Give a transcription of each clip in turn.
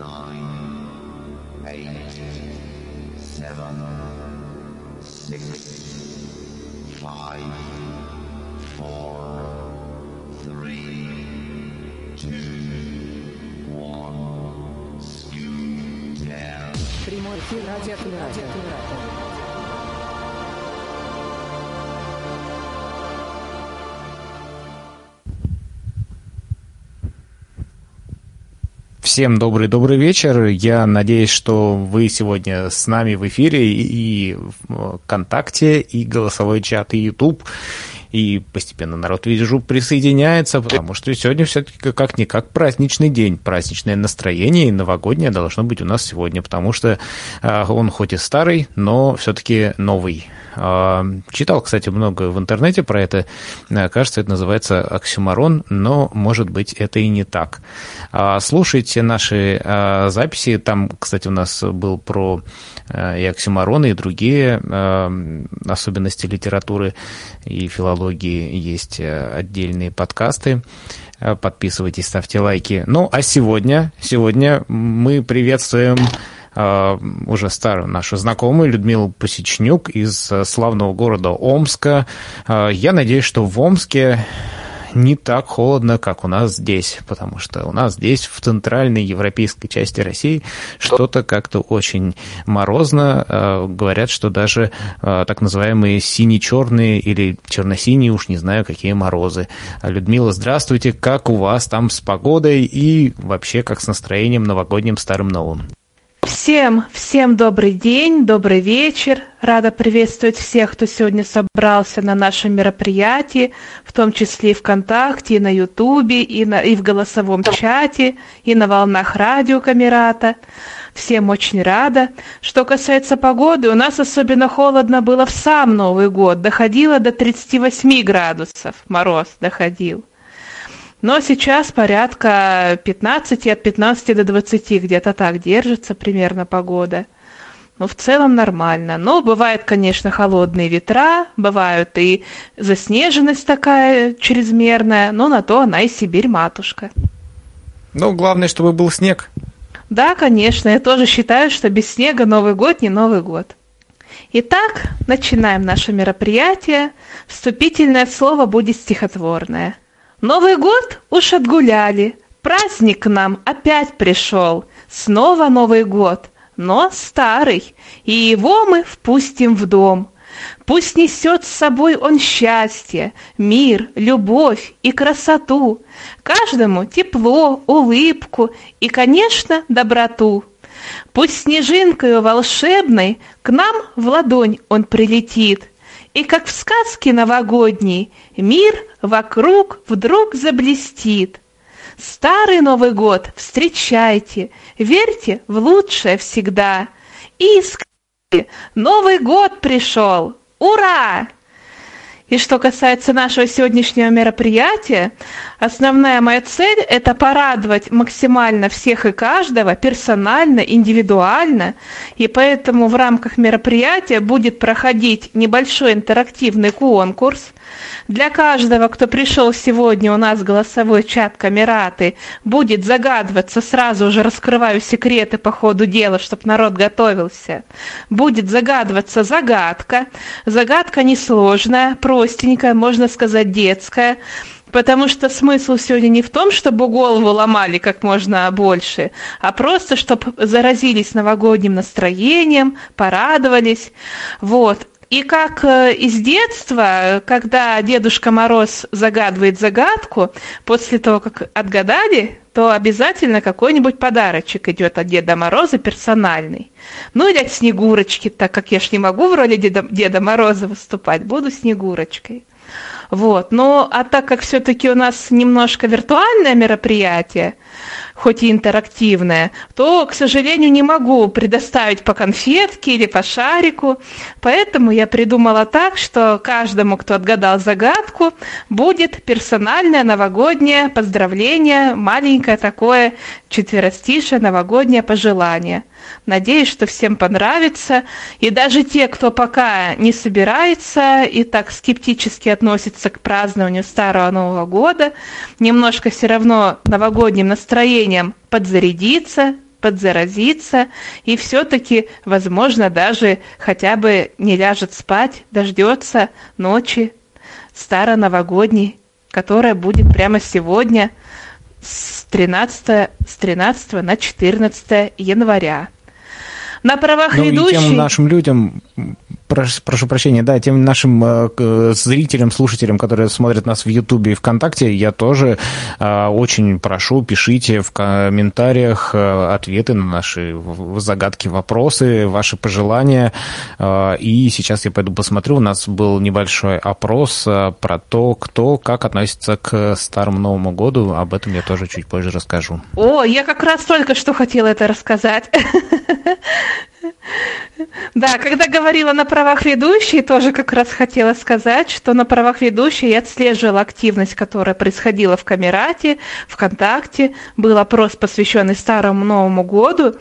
Прямой эфир радиокоммерация. Всем добрый вечер. Я надеюсь, что вы сегодня с нами в эфире и в ВКонтакте, и голосовой чат, и YouTube. И постепенно народ, вижу, присоединяется, потому что сегодня все-таки как-никак праздничный день, праздничное настроение, и новогоднее должно быть у нас сегодня, потому что он хоть и старый, но все-таки новый. Читал, кстати, много в интернете про это. Кажется, это называется оксюморон, но, может быть, это и не так. Слушайте наши записи. Там, кстати, у нас был про и оксюмороны, и другие особенности литературы и филологии. Есть отдельные подкасты. Подписывайтесь, ставьте лайки. Ну, а сегодня мы приветствуем уже старую нашу знакомую Людмилу Посечнюк из славного города Омска. Я надеюсь, что в Омске не так холодно, как у нас здесь, потому что у нас здесь, в центральной европейской части России, что-то как-то очень морозно. Говорят, что даже так называемые сине-черные или черно-синие, уж не знаю, какие морозы. Людмила, здравствуйте. Как у вас там с погодой и вообще как с настроением новогодним, старым, новым? Всем добрый день, добрый вечер. Рада приветствовать всех, кто сегодня собрался на нашем мероприятии, в том числе и ВКонтакте, и на Ютубе, и в голосовом чате, и на волнах радио Камерата. Всем очень рада. Что касается погоды, у нас особенно холодно было в сам Новый год. Доходило до 38 градусов, мороз доходил. Но сейчас порядка 15, от 15 до 20, где-то так держится примерно погода. Ну, в целом нормально. Но бывают, конечно, холодные ветра, бывают и заснеженность такая чрезмерная, но на то она и Сибирь-матушка. Ну, главное, чтобы был снег. Да, конечно, я тоже считаю, что без снега Новый год не Новый год. Итак, начинаем наше мероприятие. Вступительное слово будет стихотворное. Новый год уж отгуляли, праздник к нам опять пришел, снова Новый год, но старый, и его мы впустим в дом. Пусть несет с собой он счастье, мир, любовь и красоту, каждому тепло, улыбку и, конечно, доброту. Пусть снежинкою волшебной к нам в ладонь он прилетит, и, как в сказке новогодней, мир вокруг вдруг заблестит. Старый Новый год встречайте, верьте в лучшее всегда. И скажите: Новый год пришел! Ура! И что касается нашего сегодняшнего мероприятия, основная моя цель – это порадовать максимально всех и каждого, персонально, индивидуально. И поэтому в рамках мероприятия будет проходить небольшой интерактивный конкурс. Для каждого, кто пришел сегодня у нас в голосовой чат Камераты, будет загадываться, сразу же раскрываю секреты по ходу дела, чтобы народ готовился, будет загадываться загадка. Загадка несложная, простенькая, можно сказать, детская. Потому что смысл сегодня не в том, чтобы голову ломали как можно больше, а просто, чтобы заразились новогодним настроением, порадовались. Вот. И как из детства, когда Дедушка Мороз загадывает загадку, после того, как отгадали, то обязательно какой-нибудь подарочек идет от Деда Мороза персональный. Ну или от Снегурочки, так как я ж не могу в роли Деда Мороза выступать, буду Снегурочкой. Вот. Ну, а так как все-таки у нас немножко виртуальное мероприятие, хоть и интерактивное, то, к сожалению, не могу предоставить по конфетке или по шарику, поэтому я придумала так, что каждому, кто отгадал загадку, будет персональное новогоднее поздравление, маленькое такое четверостишее новогоднее пожелание. Надеюсь, что всем понравится, и даже те, кто пока не собирается и так скептически относится к празднованию Старого Нового года, немножко все равно новогодним настроением подзарядиться, подзаразится и все-таки, возможно, даже хотя бы не ляжет спать, дождется ночи старо-новогодней, которая будет прямо сегодня с 13 на 14 января. На правах ведущей... И тем нашим людям, прошу прощения, да, тем нашим зрителям, слушателям, которые смотрят нас в Ютубе и ВКонтакте, я тоже очень прошу, пишите в комментариях ответы на наши загадки, вопросы, ваши пожелания. И сейчас я пойду посмотрю, у нас был небольшой опрос про то, кто как относится к Старому Новому году. Об этом я тоже чуть позже расскажу. О, я как раз только что хотела это рассказать. Да, когда говорила на правах ведущей, тоже как раз хотела сказать, что на правах ведущей я отслеживала активность, которая происходила в Камерате, ВКонтакте. Был опрос, посвященный Старому Новому году.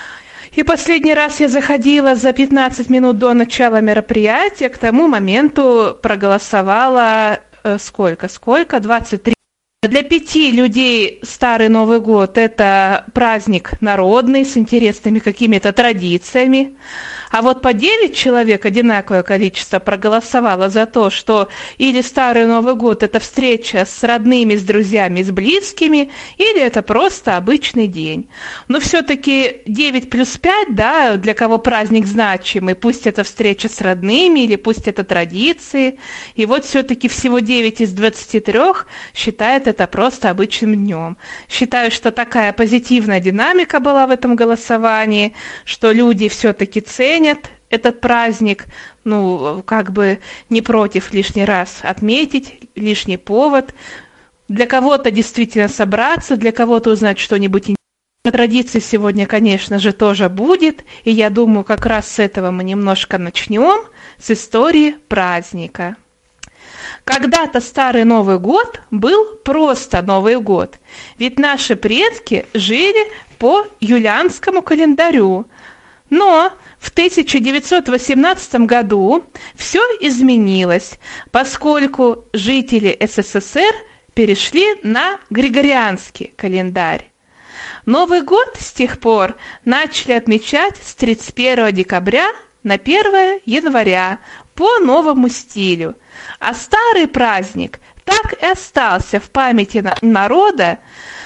И последний раз я заходила за 15 минут до начала мероприятия. К тому моменту проголосовала сколько? 23. Для 5 людей Старый Новый год – это праздник народный с интересными какими-то традициями. А вот по 9 человек, одинаковое количество, проголосовало за то, что или Старый Новый год – это встреча с родными, с друзьями, с близкими, или это просто обычный день. Но все-таки 9 плюс 5, да, для кого праздник значимый, пусть это встреча с родными, или пусть это традиции. И вот все-таки всего 9 из 23 считает это просто обычным днем. Считаю, что такая позитивная динамика была в этом голосовании, что люди все-таки ценят этот праздник, как бы не против лишний раз отметить, лишний повод. Для кого-то действительно собраться, для кого-то узнать что-нибудь интересное. Традиций сегодня, конечно же, тоже будет, и я думаю, как раз с этого мы немножко начнем, с истории праздника. Когда-то Старый Новый год был просто Новый год, ведь наши предки жили по юлианскому календарю. Но в 1918 году все изменилось, поскольку жители СССР перешли на Григорианский календарь. Новый год с тех пор начали отмечать с 31 декабря на 1 января по новому стилю. А старый праздник так и остался в памяти народа,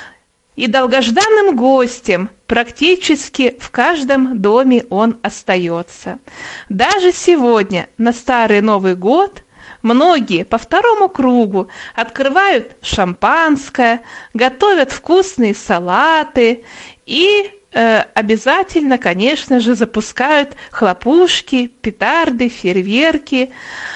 и долгожданным гостем практически в каждом доме он остается. Даже сегодня, на Старый Новый год, многие по второму кругу открывают шампанское, готовят вкусные салаты и обязательно, конечно же, запускают хлопушки, петарды, фейерверки.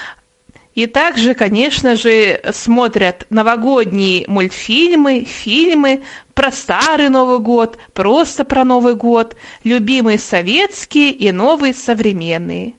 И также, конечно же, смотрят новогодние мультфильмы, фильмы про Старый Новый год, просто про Новый год, любимые советские и новые современные.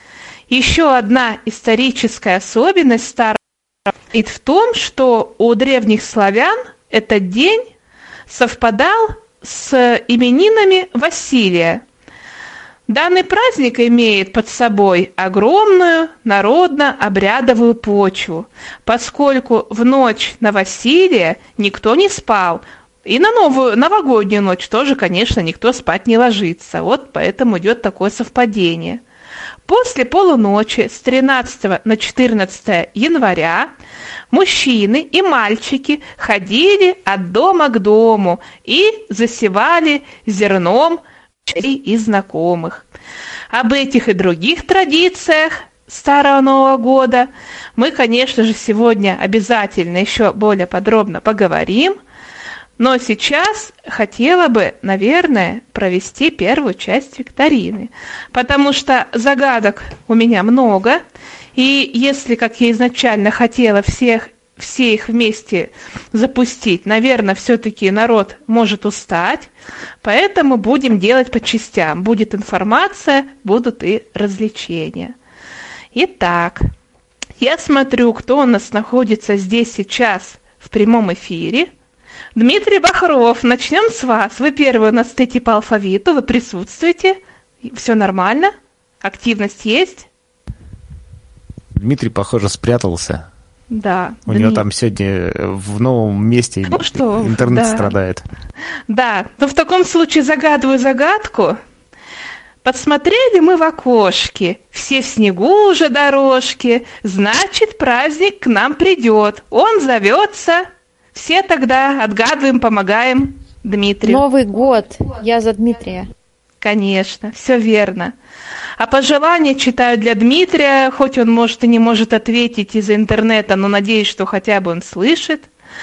Еще одна историческая особенность Старого состоит в том, что у древних славян этот день совпадал с именинами Василия. Данный праздник имеет под собой огромную народно-обрядовую почву, поскольку в ночь на Василия никто не спал, и на новогоднюю ночь тоже, конечно, никто спать не ложится. Вот поэтому идет такое совпадение. После полуночи с 13 на 14 января мужчины и мальчики ходили от дома к дому и засевали зерном и знакомых. Об этих и других традициях Старого Нового года мы, конечно же, сегодня обязательно еще более подробно поговорим, но сейчас хотела бы, наверное, провести первую часть викторины, потому что загадок у меня много, и если, как я изначально хотела, все их вместе запустить, наверное, все-таки народ может устать, поэтому будем делать по частям. Будет информация, будут и развлечения. Итак, я смотрю, кто у нас находится здесь сейчас в прямом эфире. Дмитрий Бахров, начнем с вас. Вы первый у нас стоите по алфавиту, вы присутствуете. Все нормально? Активность есть? Дмитрий, похоже, спрятался. Да. У него там сегодня в новом месте интернет страдает. Да, но в таком случае загадываю загадку. Подсмотрели мы в окошке, все в снегу уже дорожки, значит, праздник к нам придет. Он зовется. Все тогда отгадываем, помогаем Дмитрию. Новый год. Я за Дмитрия. Конечно, все верно. А пожелания читаю для Дмитрия, хоть он, может, и не может ответить из-за интернета, но надеюсь, что хотя бы он слышит.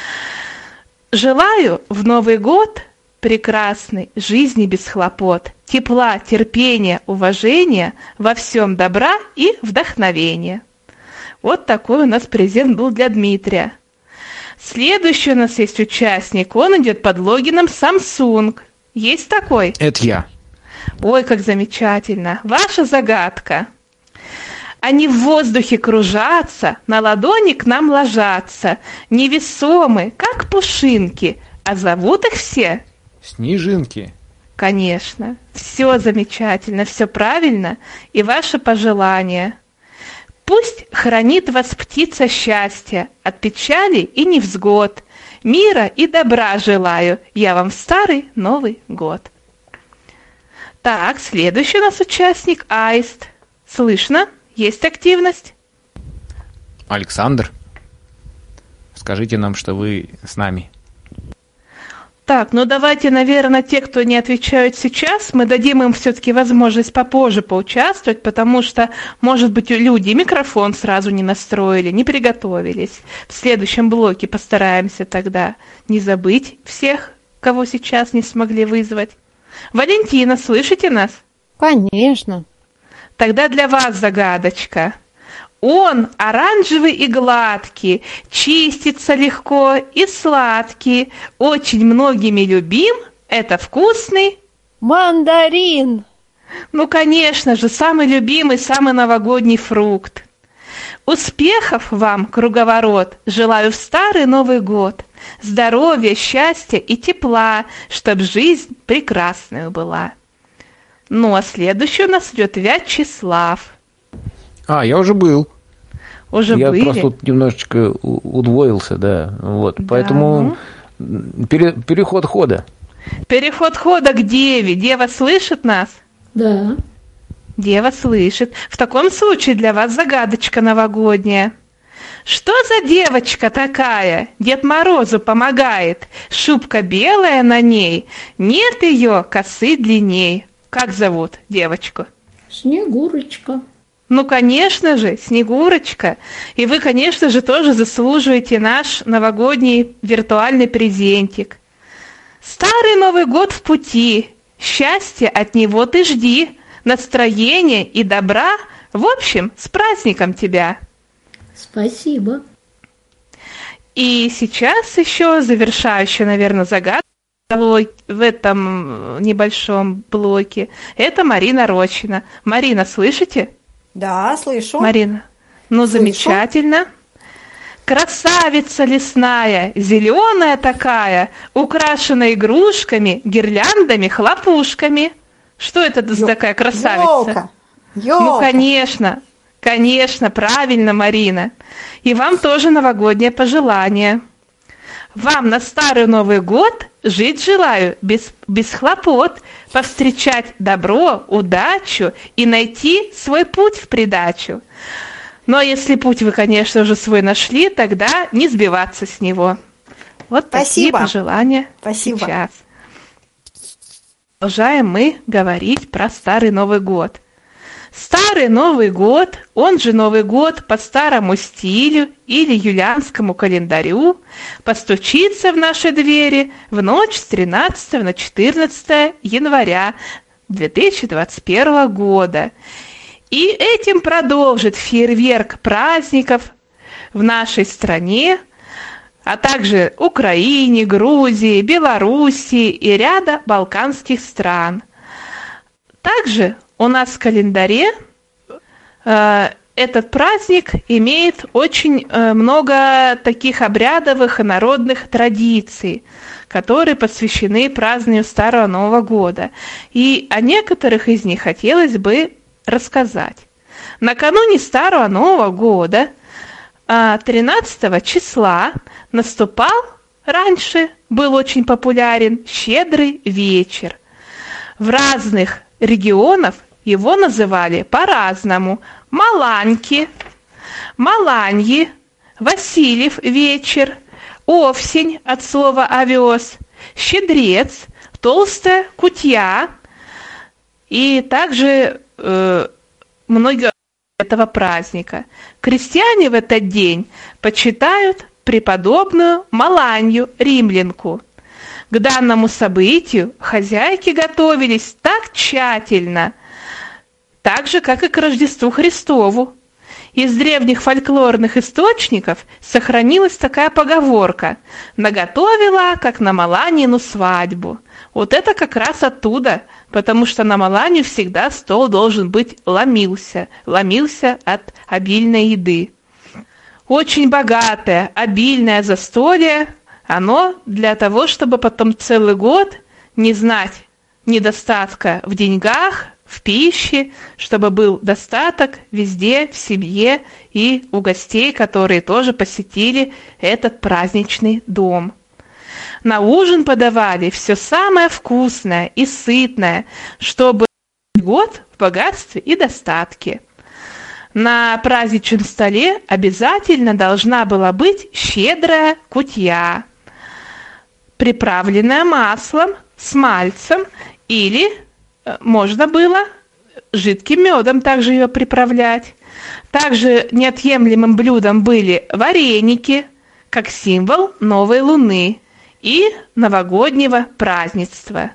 Желаю в Новый год прекрасной жизни без хлопот, тепла, терпения, уважения, во всем добра и вдохновения. Вот такой у нас презент был для Дмитрия. Следующий у нас есть участник, он идет под логином Samsung. Есть такой? Это я. Ой, как замечательно. Ваша загадка. Они в воздухе кружатся, на ладони к нам ложатся, невесомы, как пушинки, а зовут их все? Снежинки. Конечно. Все замечательно, все правильно. И ваше пожелание. Пусть хранит вас птица счастья от печали и невзгод. Мира и добра желаю я вам в старый Новый год. Так, следующий у нас участник Аист. Слышно? Есть активность? Александр, скажите нам, что вы с нами. Так, ну давайте, наверное, те, кто не отвечают сейчас, мы дадим им все-таки возможность попозже поучаствовать, потому что, может быть, люди микрофон сразу не настроили, не приготовились. В следующем блоке постараемся тогда не забыть всех, кого сейчас не смогли вызвать. Валентина, слышите нас? Конечно. Тогда для вас загадочка. Он оранжевый и гладкий, чистится легко и сладкий, очень многими любим, это вкусный. Мандарин. Ну, конечно же, самый любимый, самый новогодний фрукт. Успехов вам, круговорот, желаю в старый Новый год. Здоровья, счастья и тепла, чтоб жизнь прекрасная была. Ну, а следующий у нас идет Вячеслав. Я уже был. Уже я были? просто тут немножечко удвоился, да. Вот. Да. Поэтому переход хода. Переход хода к Деве. Дева слышит нас? Да. Дева слышит. В таком случае для вас загадочка новогодняя. Что за девочка такая? Дед Морозу помогает. Шубка белая на ней. Нет ее косы длинней. Как зовут девочку? Снегурочка. Ну, конечно же, Снегурочка. И вы, конечно же, тоже заслуживаете наш новогодний виртуальный презентик. Старый Новый год в пути. Счастья от него ты жди. Настроения и добра. В общем, с праздником тебя. Спасибо. И сейчас еще завершающая, наверное, загадка в этом небольшом блоке. Это Марина Рощина. Марина, слышите? Да, слышу. Марина, ну слышу. Замечательно. Красавица лесная, зеленая такая, украшена игрушками, гирляндами, хлопушками. Что это за такая красавица? Ёлка. Ну, конечно, правильно, Марина. И вам тоже новогоднее пожелание. Вам на старый Новый год жить желаю без хлопот, повстречать добро, удачу и найти свой путь в придачу. Но если путь вы, конечно, уже свой нашли, тогда не сбиваться с него. Вот такие пожелания сейчас. Продолжаем мы говорить про старый Новый год. Старый Новый год, он же Новый год по старому стилю или юлианскому календарю, постучится в наши двери в ночь с 13 на 14 января 2021 года. И этим продолжит фейерверк праздников в нашей стране, а также Украине, Грузии, Белоруссии и ряда балканских стран. Также у нас в календаре этот праздник имеет очень много таких обрядовых и народных традиций, которые посвящены празднованию Старого Нового года. И о некоторых из них хотелось бы рассказать. Накануне Старого Нового года, 13 числа, наступал раньше был очень популярен «Щедрый вечер». В разных регионах его называли по-разному: Маланьки, Маланьи, Васильев вечер, Овсень от слова овес, Щедрец, Толстая кутья, и также многие этого праздника. Крестьяне в этот день почитают преподобную Маланью Римлянку. К данному событию хозяйки готовились так тщательно, так же, как и к Рождеству Христову. Из древних фольклорных источников сохранилась такая поговорка: «Наготовила, как на Маланину свадьбу». Вот это как раз оттуда, потому что на Маланью всегда стол должен быть ломился от обильной еды. Очень богатое, обильное застолье, оно для того, чтобы потом целый год не знать недостатка в деньгах, в пище, чтобы был достаток везде, в семье и у гостей, которые тоже посетили этот праздничный дом. На ужин подавали все самое вкусное и сытное, чтобы год в богатстве и достатке. На праздничном столе обязательно должна была быть щедрая кутья, приправленная маслом, с мальцем, или можно было жидким медом также ее приправлять. Также неотъемлемым блюдом были вареники, как символ новой луны и новогоднего празднества.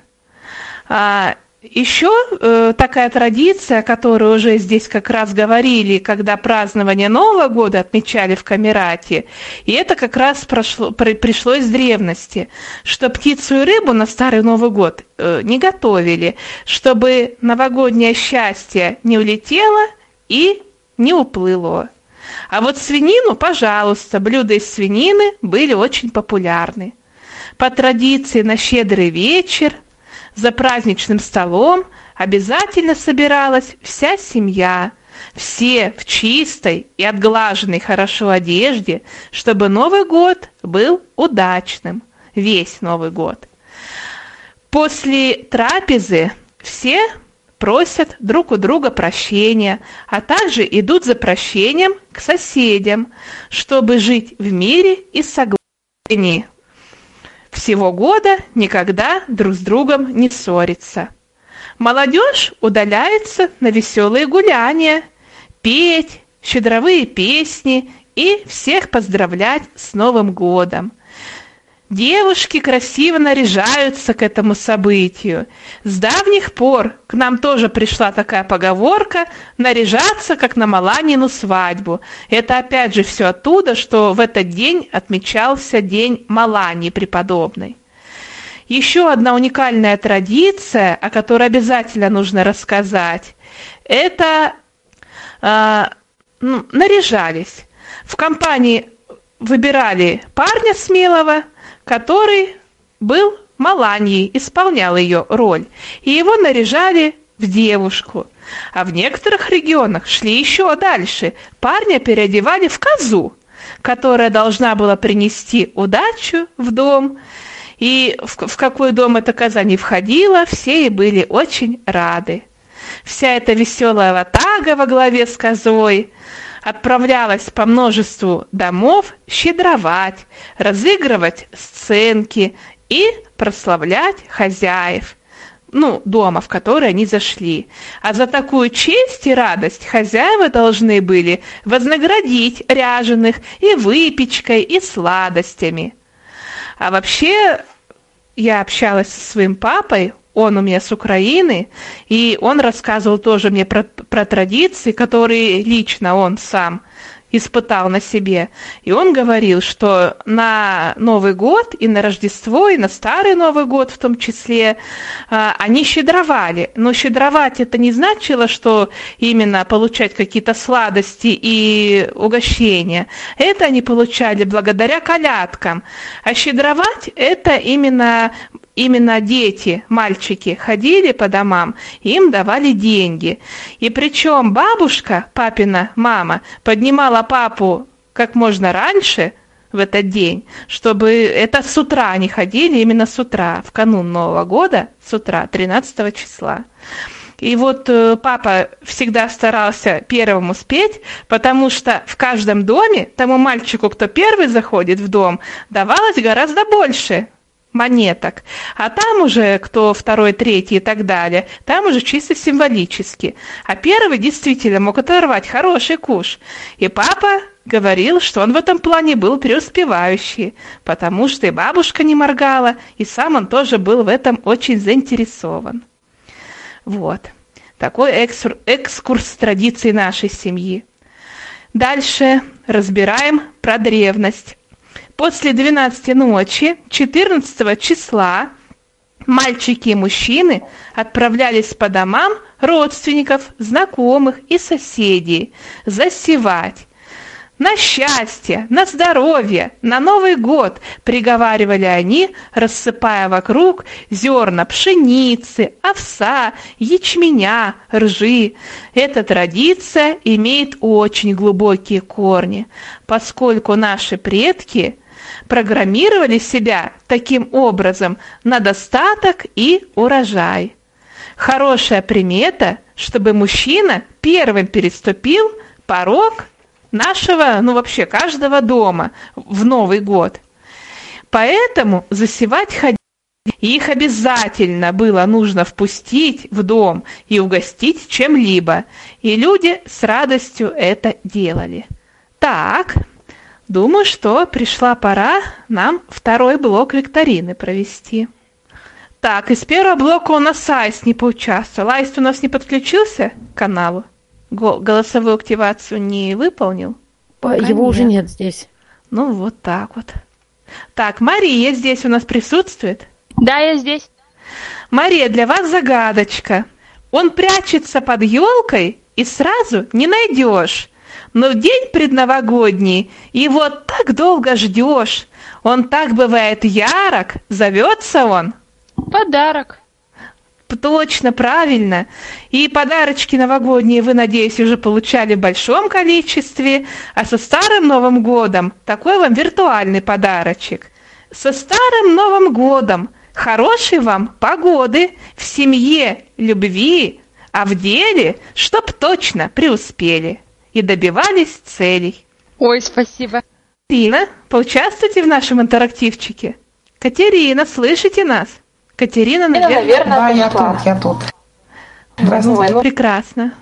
Еще такая традиция, о которой уже здесь как раз говорили, когда празднование Нового года отмечали в Камерате, и это как раз пришло из древности, что птицу и рыбу на Старый Новый год не готовили, чтобы новогоднее счастье не улетело и не уплыло. А вот свинину, пожалуйста, блюда из свинины были очень популярны. По традиции на Щедрый вечер за праздничным столом обязательно собиралась вся семья, все в чистой и отглаженной хорошо одежде, чтобы Новый год был удачным, весь Новый год. После трапезы все просят друг у друга прощения, а также идут за прощением к соседям, чтобы жить в мире и согласии. Всего года никогда друг с другом не ссориться. Молодежь удаляется на веселые гуляния, петь щедровые песни и всех поздравлять с Новым годом. Девушки красиво наряжаются к этому событию. С давних пор к нам тоже пришла такая поговорка «наряжаться, как на Маланину свадьбу». Это опять же все оттуда, что в этот день отмечался день Маланьи преподобной. Еще одна уникальная традиция, о которой обязательно нужно рассказать, это наряжались. В компании выбирали парня смелого, который был Маланьей, исполнял ее роль, и его наряжали в девушку. А в некоторых регионах шли еще дальше. Парня переодевали в козу, которая должна была принести удачу в дом. И в какой дом эта коза не входила, все и были очень рады. Вся эта веселая ватага во главе с козой отправлялась по множеству домов щедровать, разыгрывать сценки и прославлять хозяев, дома, в который они зашли. А за такую честь и радость хозяева должны были вознаградить ряженых и выпечкой, и сладостями. А вообще, я общалась со своим папой, он у меня с Украины, и он рассказывал тоже мне про традиции, которые лично он сам испытал на себе. И он говорил, что на Новый год и на Рождество, и на Старый Новый год в том числе, они щедровали. Но щедровать это не значило, что именно получать какие-то сладости и угощения. Это они получали благодаря колядкам. А щедровать это именно дети, мальчики, ходили по домам, им давали деньги. И причем бабушка, папина мама, поднимала папу как можно раньше, в этот день, чтобы это с утра они ходили, именно с утра, в канун Нового года, с утра, 13 числа. И вот папа всегда старался первым успеть, потому что в каждом доме тому мальчику, кто первый заходит в дом, давалось гораздо больше монеток. А там уже, кто второй, третий и так далее, там уже чисто символически. А первый действительно мог оторвать хороший куш. И папа говорил, что он в этом плане был преуспевающий, потому что и бабушка не моргала, и сам он тоже был в этом очень заинтересован. Вот. Такой экскурс традиций нашей семьи. Дальше разбираем про древность. После 12 ночи, 14 числа, мальчики и мужчины отправлялись по домам родственников, знакомых и соседей засевать. На счастье, на здоровье, на Новый год, приговаривали они, рассыпая вокруг зерна пшеницы, овса, ячменя, ржи. Эта традиция имеет очень глубокие корни, поскольку наши предки программировали себя таким образом на достаток и урожай. Хорошая примета, чтобы мужчина первым переступил порог нашего, вообще каждого дома в Новый год. Поэтому засевать ходили. Их обязательно было нужно впустить в дом и угостить чем-либо. И люди с радостью это делали. Так, думаю, что пришла пора нам второй блок викторины провести. Так, из первого блока у нас Аист не поучаствовал. Аист у нас не подключился к каналу? Голосовую активацию не выполнил? Его уже нет здесь. Ну, вот так вот. Так, Мария здесь у нас присутствует? Да, я здесь. Мария, для вас загадочка. Он прячется под елкой и сразу не найдешь. Но в день предновогодний его так долго ждешь. Он так бывает ярок, зовется он. Подарок. Точно, правильно. И подарочки новогодние вы, надеюсь, уже получали в большом количестве. А со Старым Новым годом такой вам виртуальный подарочек. Со Старым Новым годом хорошей вам погоды, в семье любви, а в деле, чтоб точно преуспели и добивались целей. Ой, спасибо. Катерина, поучаствуйте в нашем интерактивчике. Катерина, слышите нас? Катерина, наверное, да, я тут. Здравствуйте. Прекрасно.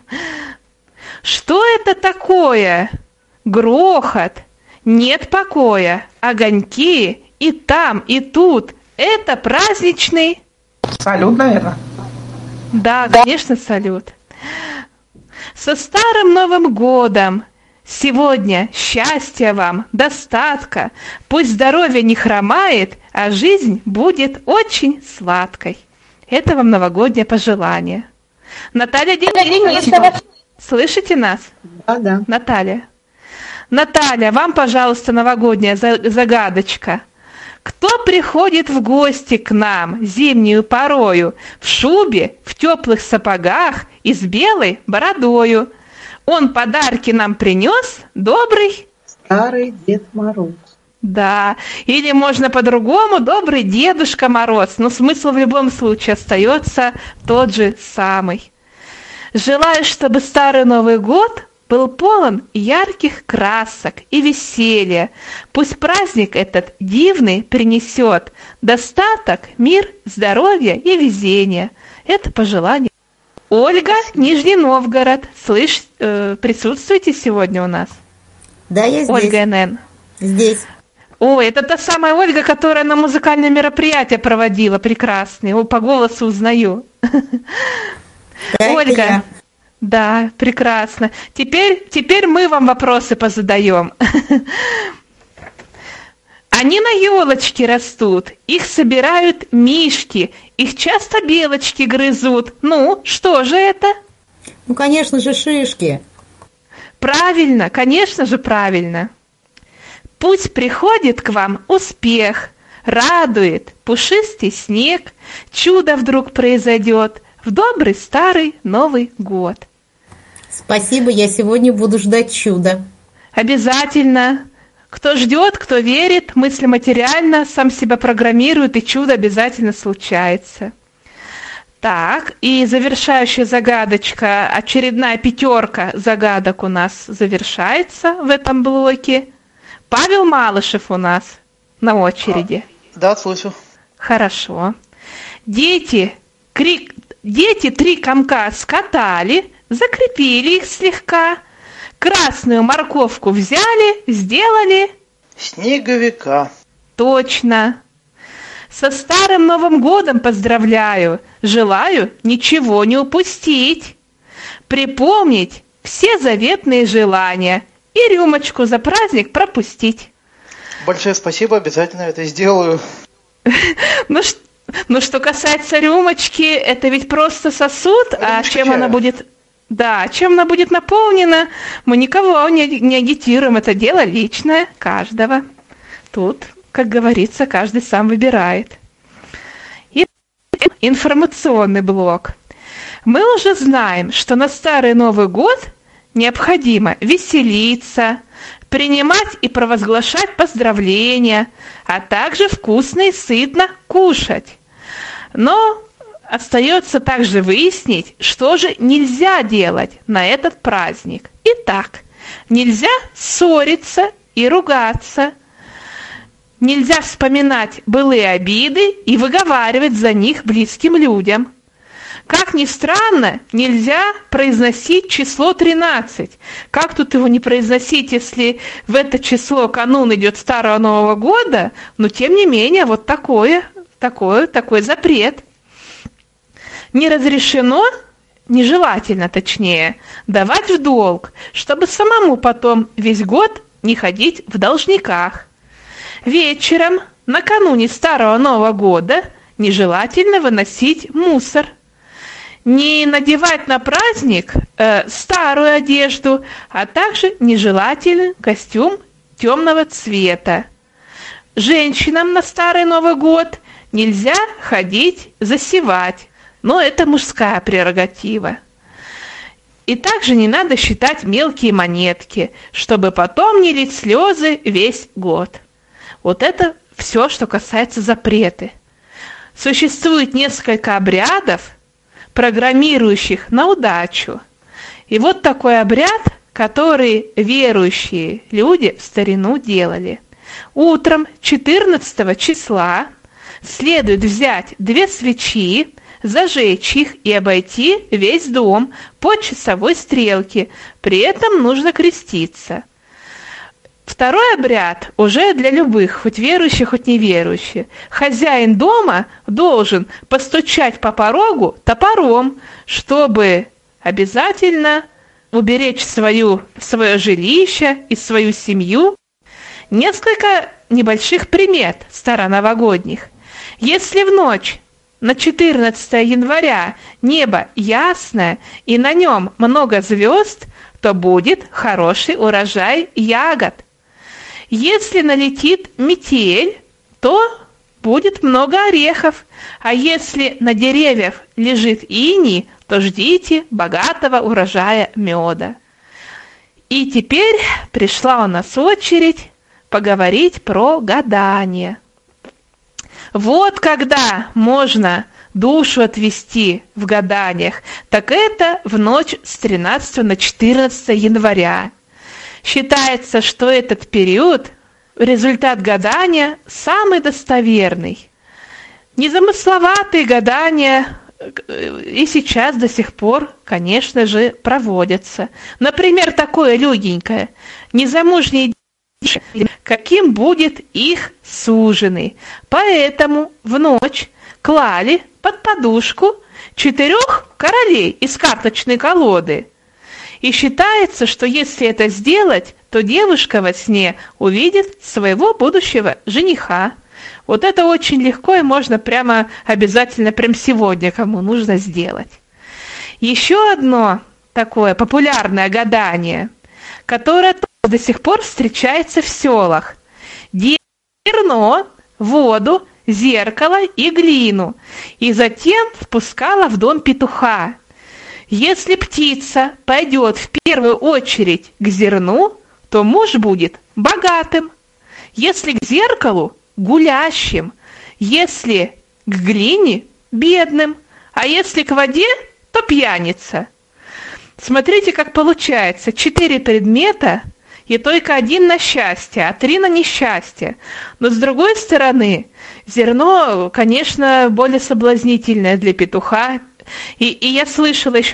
Что это такое? Грохот, нет покоя, огоньки и там, и тут. Это праздничный... Салют, наверное. Да, конечно, салют. Со Старым Новым годом! Сегодня счастья вам, достатка, пусть здоровье не хромает, а жизнь будет очень сладкой. Это вам новогоднее пожелание. Наталья Денисовна, слышите нас? Да. Наталья, вам, пожалуйста, новогодняя загадочка. Кто приходит в гости к нам зимнюю порою в шубе, в теплых сапогах и с белой бородою? Он подарки нам принес, добрый? Старый Дед Мороз. Да, или можно по-другому, добрый Дедушка Мороз, но смысл в любом случае остается тот же самый. Желаю, чтобы Старый Новый год был полон ярких красок и веселья. Пусть праздник этот дивный принесет достаток, мир, здоровье и везение. Это пожелание. Ольга, Нижний Новгород. Присутствуете сегодня у нас? Да, я здесь. Ольга НН. Здесь. Ой, это та самая Ольга, которая на музыкальное мероприятие проводила. Прекрасный. По голосу узнаю. Да, Ольга. Да, прекрасно. Теперь мы вам вопросы позадаем. Они на елочке растут, их собирают мишки, их часто белочки грызут. Ну, что же это? Ну, конечно же, шишки. Правильно, конечно же, правильно. Пусть приходит к вам успех, радует пушистый снег, чудо вдруг произойдет в добрый старый Новый год. Спасибо, я сегодня буду ждать чуда. Обязательно. Кто ждет, кто верит, мысль материально, сам себя программирует, и чудо обязательно случается. Так, и завершающая загадочка, очередная 5 загадок у нас завершается в этом блоке. Павел Малышев у нас на очереди. Да, слышу. Хорошо. Дети 3 комка скатали, закрепили их слегка, красную морковку взяли, сделали... Снеговика. Точно. Со Старым Новым годом поздравляю, желаю ничего не упустить, припомнить все заветные желания и рюмочку за праздник пропустить. Большое спасибо, обязательно это сделаю. Ну, что касается рюмочки, это ведь просто сосуд, а чем она будет... Да, чем она будет наполнена, мы никого не агитируем, это дело личное каждого. Тут, как говорится, каждый сам выбирает. И информационный блок. Мы уже знаем, что на Старый Новый год необходимо веселиться, принимать и провозглашать поздравления, а также вкусно и сытно кушать. Но остается также выяснить, что же нельзя делать на этот праздник. Итак, нельзя ссориться и ругаться. Нельзя вспоминать былые обиды и выговаривать за них близким людям. Как ни странно, нельзя произносить число 13. Как тут его не произносить, если в это число канун идет Старого Нового года? Но тем не менее, вот такой запрет. Не разрешено, нежелательно точнее, давать в долг, чтобы самому потом весь год не ходить в должниках. Вечером, накануне Старого Нового года, нежелательно выносить мусор. Не надевать на праздник старую одежду, а также нежелателен костюм темного цвета. Женщинам на Старый Новый год нельзя ходить засевать, но это мужская прерогатива. И также не надо считать мелкие монетки, чтобы потом не лить слезы весь год. Вот это все, что касается запрета. Существует несколько обрядов, программирующих на удачу. И вот такой обряд, который верующие люди в старину делали. Утром 14 числа следует взять 2 свечи, зажечь их и обойти весь дом по часовой стрелке. При этом нужно креститься. Второй обряд уже для любых, хоть верующих, хоть неверующих. Хозяин дома должен постучать по порогу топором, чтобы обязательно уберечь свое жилище и свою семью. Несколько небольших примет староновогодних. Если в ночь на 14 января небо ясное и на нем много звезд, то будет хороший урожай ягод. Если налетит метель, то будет много орехов, а если на деревьях лежит иней, то ждите богатого урожая меда. И теперь пришла у нас очередь поговорить про гадание. Вот когда можно душу отвести в гаданиях, так это в ночь с 13 на 14 января. Считается, что этот период, результат гадания, самый достоверный. Незамысловатые гадания и сейчас до сих пор, конечно же, проводятся. Например, такое легенькое. Незамужние девушки, каким будет их суженый. Поэтому в ночь клали под подушку 4 королей из карточной колоды. И считается, что если это сделать, то девушка во сне увидит своего будущего жениха. Вот это очень легко и можно обязательно сегодня кому нужно сделать. Еще одно такое популярное гадание, которое до сих пор встречается в селах. Зерно, воду, зеркало и глину, и затем впускала в дом петуха. Если птица пойдет в первую очередь к зерну, то муж будет богатым, Если к зеркалу – гулящим, если к глине – бедным, а если к воде, то пьяница. Смотрите, как получается. 4 предмета и только 1 на счастье, а 3 на несчастье. Но с другой стороны, зерно, конечно, более соблазнительное для петуха. И я слышала еще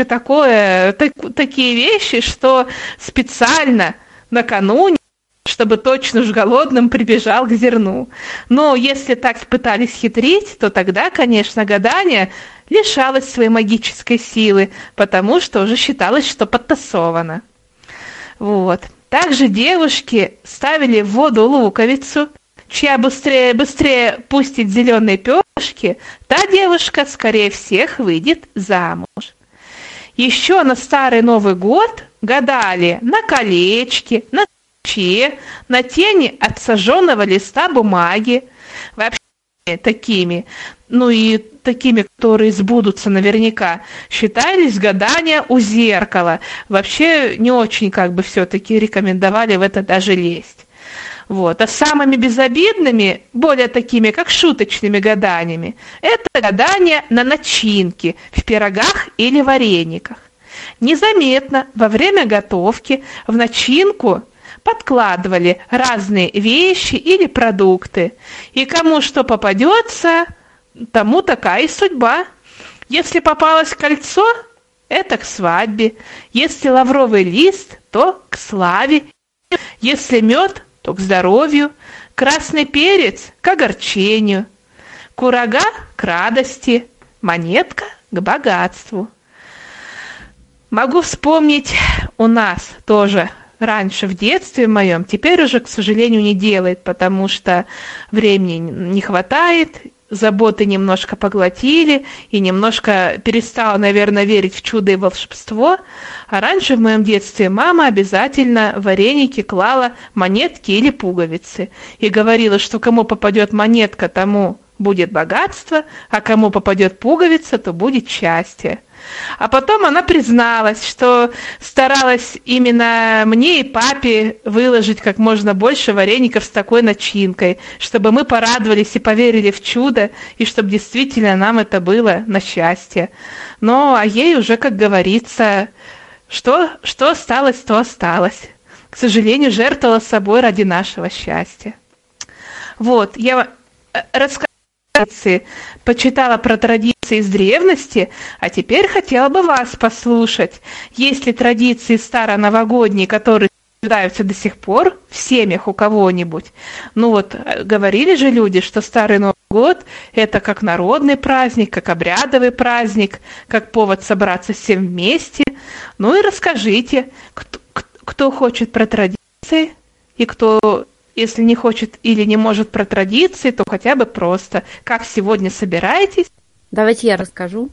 такие вещи, что специально накануне, чтобы точно уж голодным прибежал к зерну. Но если так пытались хитрить, то тогда, конечно, гадание лишалось своей магической силы, потому что уже считалось, что подтасовано. Вот. Также девушки ставили в воду луковицу, чья быстрее пустит зеленые перышки, та девушка скорее всех выйдет замуж. Еще на Старый Новый год гадали на колечке, на свече, на тени от сожженного листа бумаги. Вообще такими, и такими, которые сбудутся наверняка, считались гадания у зеркала. Вообще не очень все-таки рекомендовали в это даже лезть. Вот. А самыми безобидными, более такими, как шуточными гаданиями, это гадания на начинки в пирогах или варениках. Незаметно во время готовки в начинку подкладывали разные вещи или продукты. И кому что попадется, тому такая и судьба. Если попалось кольцо, это к свадьбе. Если лавровый лист, то к славе. Если мед, то к здоровью. Красный перец к огорчению. Курага к радости. Монетка к богатству. Могу вспомнить у нас тоже раньше в детстве моем, теперь уже, к сожалению, не делает, потому что времени не хватает, заботы немножко поглотили, и немножко перестала, наверное, верить в чудо и волшебство. А раньше в моем детстве мама обязательно в вареники клала монетки или пуговицы. И говорила, что кому попадет монетка, тому будет богатство, а кому попадет пуговица, то будет счастье. А потом она призналась, что старалась именно мне и папе выложить как можно больше вареников с такой начинкой, чтобы мы порадовались и поверили в чудо, и чтобы действительно нам это было на счастье. А ей уже, как говорится, что осталось, то осталось. К сожалению, жертвовала собой ради нашего счастья. Вот, я рассказала, почитала про традиции из древности, а теперь хотела бы вас послушать. Есть ли традиции староновогодние, которые соблюдаются до сих пор в семьях у кого-нибудь? Говорили же люди, что Старый Новый год – это как народный праздник, как обрядовый праздник, как повод собраться всем вместе. И расскажите, кто хочет про традиции, и кто, если не хочет или не может про традиции, то хотя бы просто. Как сегодня собираетесь? Давайте я расскажу.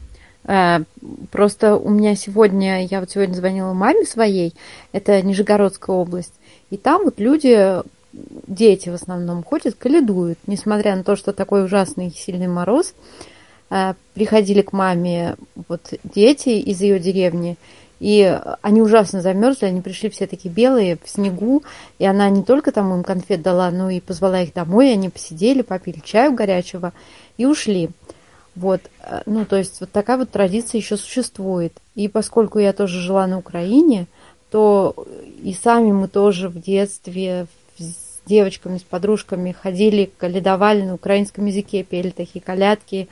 Просто у меня сегодня, я сегодня звонила маме своей, это Нижегородская область, и там люди, дети в основном, ходят, каледуют. Несмотря на то, что такой ужасный сильный мороз, приходили к маме дети из ее деревни, и они ужасно замерзли, они пришли все такие белые, в снегу, и она не только там им конфет дала, но и позвала их домой, они посидели, попили чаю горячего и ушли. То есть такая традиция еще существует. И поскольку я тоже жила на Украине, то и сами мы тоже в детстве с девочками, с подружками ходили, каледовали на украинском языке, пели такие колядки.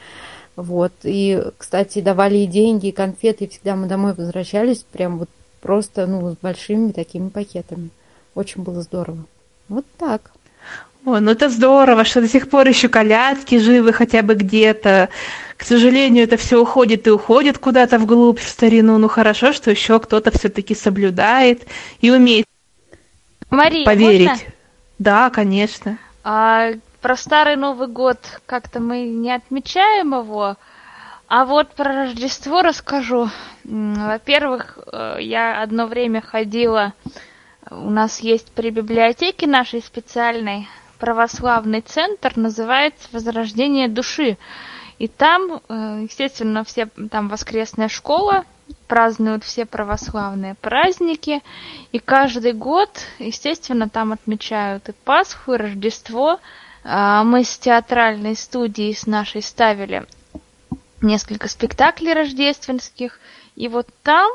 И, кстати, давали и деньги, и конфеты, и всегда мы домой возвращались прям просто, с большими такими пакетами. Очень было здорово. Так. Это здорово, что до сих пор еще колядки живы хотя бы где-то. К сожалению, это все уходит и уходит куда-то вглубь, в старину. Хорошо, что еще кто-то все-таки соблюдает и умеет Мария, поверить. можно? Да, конечно. Про Старый Новый год как-то мы не отмечаем его, а про Рождество расскажу. Во-первых, я одно время ходила, у нас есть при библиотеке нашей специальной православный центр, называется «Возрождение души». И там, естественно, там воскресная школа, празднуют все православные праздники. И каждый год, естественно, там отмечают и Пасху, и Рождество. Мы с театральной студией с нашей ставили несколько спектаклей рождественских. И вот там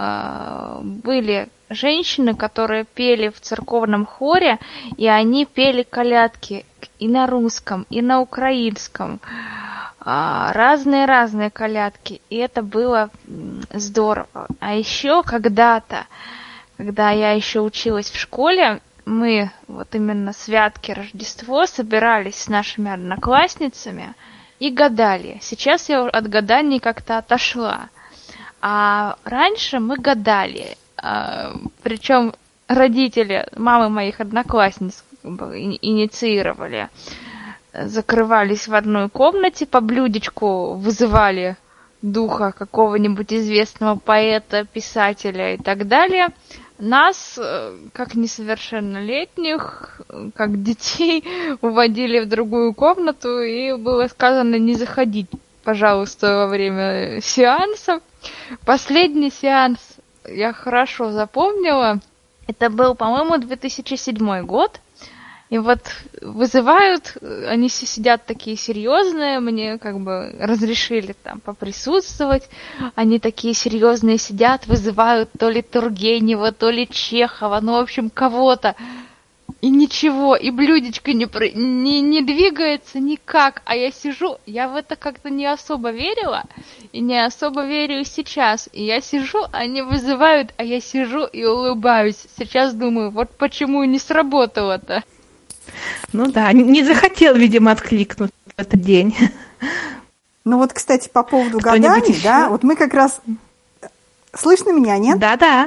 были женщины, которые пели в церковном хоре, и они пели колядки и на русском, и на украинском. Разные-разные колядки. И это было здорово. А еще когда-то, когда я еще училась в школе, мы вот именно святки Рождество собирались с нашими одноклассницами и гадали. Сейчас я от гаданий как-то отошла. А раньше мы гадали. Причем родители, мамы моих одноклассниц инициировали. Закрывались в одной комнате, по блюдечку вызывали духа какого-нибудь известного поэта, писателя и так далее. Нас, как несовершеннолетних, как детей, уводили в другую комнату, и было сказано не заходить, пожалуйста, во время сеанса. Последний сеанс я хорошо запомнила. Это был, по-моему, 2007 год. И вот вызывают, они сидят такие серьезные, мне как бы разрешили там поприсутствовать. Они такие серьезные сидят, вызывают то ли Тургенева, то ли Чехова, ну, в общем, кого-то. И ничего, и блюдечко не двигается никак. А я сижу, я в это как-то не особо верила, и не особо верю сейчас. И я сижу, они вызывают, а я сижу и улыбаюсь. Сейчас думаю, вот почему не сработало-то. Ну да, не захотел, видимо, откликнуть в этот день. Ну вот, кстати, по поводу гаданий, да, вот мы как раз... Слышно меня, нет? Да-да.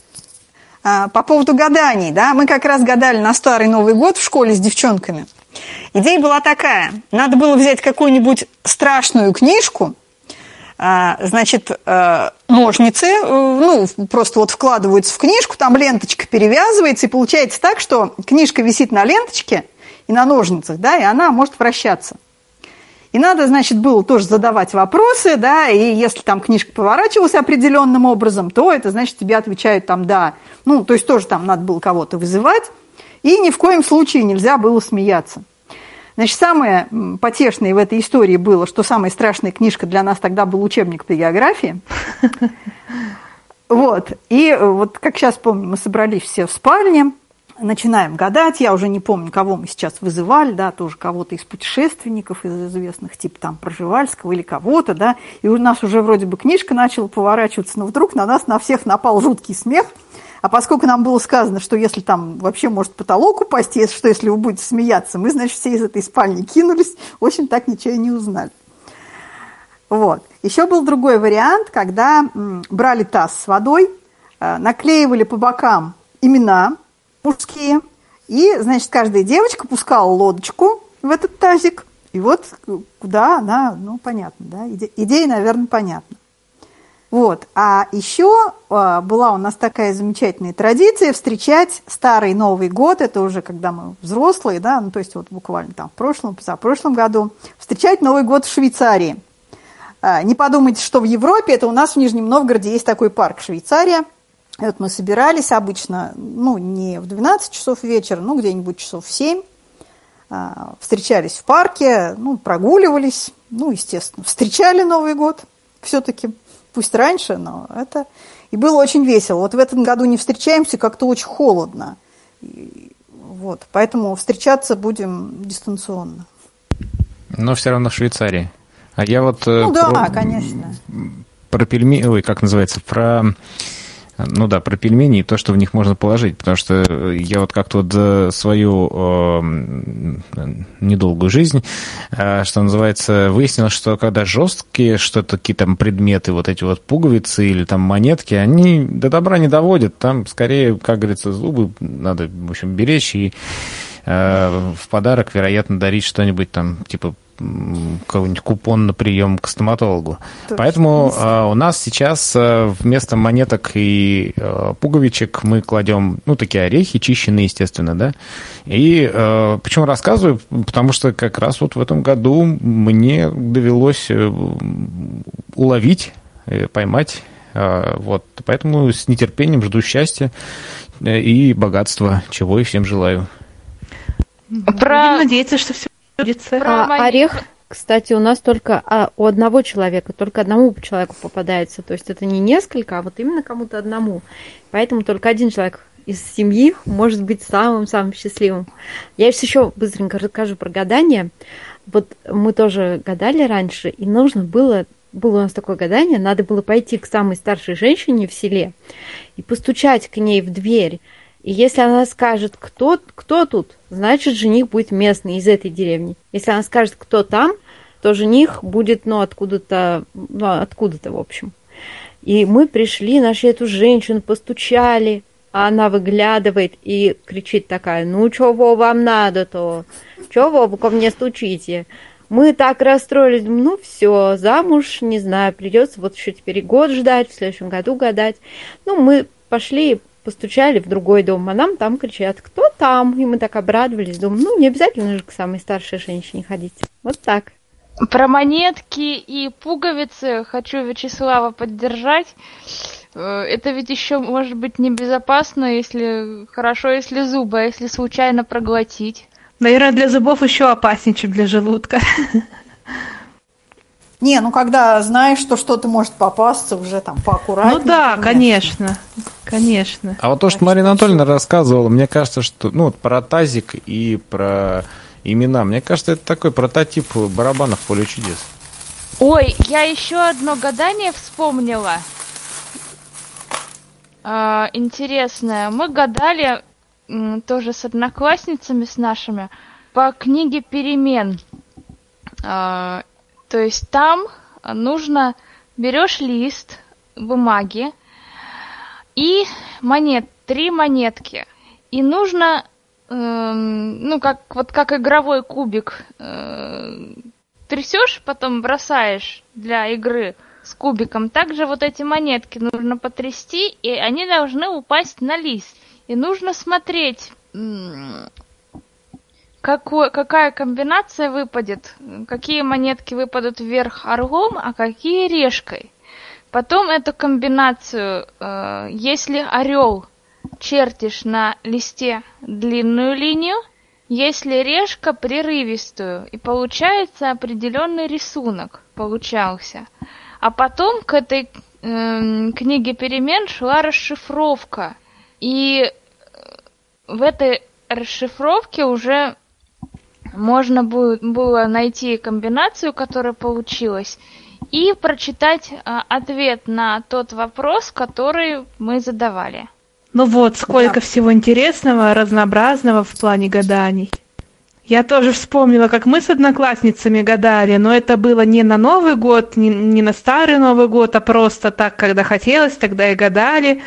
По поводу гаданий, да, мы как раз гадали на Старый Новый год в школе с девчонками. Идея была такая. Надо было взять какую-нибудь страшную книжку, значит, ножницы, ну, просто вот вкладываются в книжку, там ленточка перевязывается, и получается так, что книжка висит на ленточке и на ножницах, да, и она может вращаться. И надо, значит, было тоже задавать вопросы, да, и если там книжка поворачивалась определенным образом, то это, значит, тебе отвечают там «да». Ну, то есть тоже там надо было кого-то вызывать, и ни в коем случае нельзя было смеяться. Значит, самое потешное в этой истории было, что самая страшная книжка для нас тогда был учебник по географии. Вот, и вот как сейчас помню, мы собрались все в спальне, начинаем гадать, я уже не помню, кого мы сейчас вызывали, да, тоже кого-то из путешественников, из известных, типа там Пржевальского или кого-то, да, и у нас уже вроде бы книжка начала поворачиваться, но вдруг на нас, на всех напал жуткий смех, а поскольку нам было сказано, что если там вообще может потолок упасть, что если вы будете смеяться, мы, значит, все из этой спальни кинулись, в общем, так ничего и не узнали. Вот. Еще был другой вариант, когда брали таз с водой, наклеивали по бокам имена мужские, и, значит, каждая девочка пускала лодочку в этот тазик, и вот куда она, ну, понятно, да, идея, наверное, понятна. Вот, а еще была у нас такая замечательная традиция встречать Старый Новый год, это уже когда мы взрослые, да, ну, то есть вот буквально там в прошлом, позапрошлом году, встречать Новый год в Швейцарии. Не подумайте, что в Европе, это у нас в Нижнем Новгороде есть такой парк Швейцария. И вот мы собирались обычно, ну, не в 12 часов вечера, ну, где-нибудь часов в 7. Встречались в парке, ну, прогуливались, ну, естественно, встречали Новый год все-таки, пусть раньше, но это... И было очень весело. Вот в этом году не встречаемся, как-то очень холодно. Вот, поэтому встречаться будем дистанционно. Но все равно в Швейцарии. А я вот... Ну да, конечно. Про пельмени... Ой, как называется? Ну да, про пельмени и то, что в них можно положить, потому что я вот как-то вот за свою недолгую жизнь, что называется, выяснил, что когда жесткие что-то, какие-то там предметы, вот эти вот пуговицы или там монетки, они до добра не доводят, там скорее, как говорится, зубы надо, в общем, беречь и в подарок, вероятно, дарить что-нибудь там, типа какой-нибудь купон на прием к стоматологу. Точно. Поэтому у нас сейчас вместо монеток и пуговичек мы кладем, ну, такие орехи, чищенные, естественно, да. И почему рассказываю? Потому что как раз вот в этом году мне довелось уловить, поймать Вот, поэтому с нетерпением жду счастья и богатства, чего и всем желаю. Будем надеяться, что все будет. Орех, кстати, у нас только у одного человека, только одному человеку попадается. То есть это не несколько, а вот именно кому-то одному. Поэтому только один человек из семьи может быть самым-самым счастливым. Я сейчас еще быстренько расскажу про гадание. Вот мы тоже гадали раньше, и нужно было у нас такое гадание, надо было пойти к самой старшей женщине в селе и постучать к ней в дверь. И если она скажет, кто тут, значит, жених будет местный из этой деревни. Если она скажет, кто там, то жених будет, откуда-то, в общем. И мы пришли, нашли эту женщину, постучали, а она выглядывает и кричит такая: ну, чего вам надо-то? Чего вы ко мне стучите? Мы так расстроились, ну, все, замуж, не знаю, придется вот еще теперь и год ждать, в следующем году гадать. Ну, мы пошли, постучали в другой дом, а нам там кричат: кто там? И мы так обрадовались, думаем, ну, не обязательно же к самой старшей женщине ходить. Вот так. Про монетки и пуговицы хочу Вячеслава поддержать. Это ведь еще может быть небезопасно, если зубы, а если случайно проглотить. Наверное, для зубов еще опаснее, чем для желудка. Не, когда знаешь, что что-то может попасться, уже там поаккуратнее. Ну да, конечно. А вот то, что Марина Анатольевна рассказывала, мне кажется, что про тазик и про имена, мне кажется, это такой прототип барабанов в поле чудес. Ой, я еще одно гадание вспомнила. Интересное. Мы гадали тоже с одноклассницами, с нашими, по книге «Перемен». То есть там нужно, берешь лист бумаги и 3 монетки. И нужно, как игровой кубик, трясешь, потом бросаешь для игры с кубиком. Также вот эти монетки нужно потрясти, и они должны упасть на лист. И нужно смотреть, какая комбинация выпадет, какие монетки выпадут вверх орлом, а какие решкой. Потом эту комбинацию, если орел, чертишь на листе длинную линию, если решка прерывистую, и получается определенный рисунок получался. А потом к этой книге перемен шла расшифровка. И в этой расшифровке уже можно было найти комбинацию, которая получилась, и прочитать ответ на тот вопрос, который мы задавали. Ну вот, сколько всего интересного, разнообразного в плане гаданий. Я тоже вспомнила, как мы с одноклассницами гадали, но это было не на Новый год, не на Старый Новый год, а просто так, когда хотелось, тогда и гадали.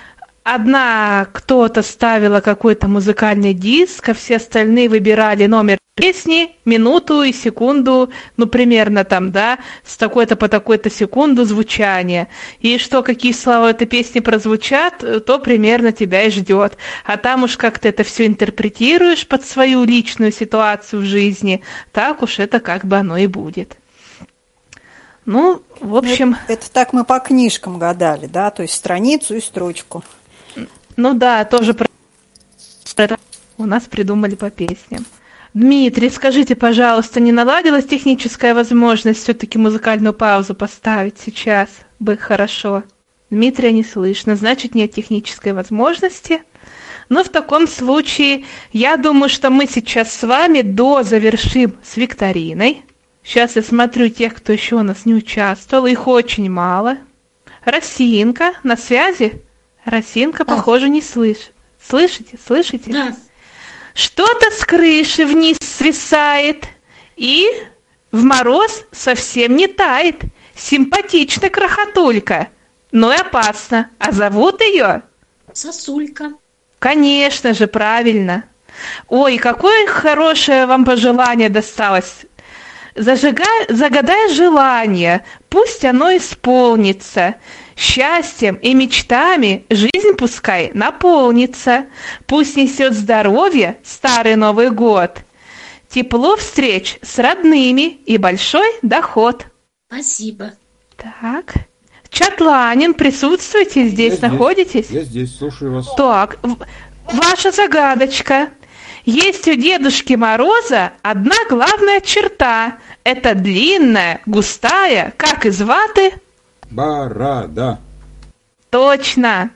Кто-то ставила какой-то музыкальный диск, а все остальные выбирали номер песни, минуту и секунду, примерно там, да, с такой-то по такой-то секунду звучания. И какие слова этой песни прозвучат, то примерно тебя и ждет. А там уж как ты это все интерпретируешь под свою личную ситуацию в жизни, так уж это как бы оно и будет. Ну, в общем... Это так мы по книжкам гадали, да, то есть страницу и строчку. Ну да, тоже про это у нас придумали по песням. Дмитрий, скажите, пожалуйста, не наладилась техническая возможность все-таки музыкальную паузу поставить сейчас? Бы хорошо. Дмитрия не слышно, значит, нет технической возможности. Но в таком случае, я думаю, что мы сейчас с вами завершим с викториной. Сейчас я смотрю тех, кто еще у нас не участвовал, их очень мало. Росинка, на связи? Росинка, похоже, не слышит. Слышите? Да. Что-то с крыши вниз свисает и в мороз совсем не тает. Симпатичная крохотулька, но и опасно. А зовут ее? Сосулька. Конечно же, правильно. Ой, какое хорошее вам пожелание досталось. Загадай желание, пусть оно исполнится. Счастьем и мечтами жизнь пускай наполнится. Пусть несет здоровье Старый Новый год. Тепло встреч с родными и большой доход. Спасибо. Так, Чатланин, присутствуете здесь, находитесь? Я здесь, слушаю вас. Так, ваша загадочка. Есть у Дедушки Мороза одна главная черта. Это длинная, густая, как из ваты? Борода. Точно.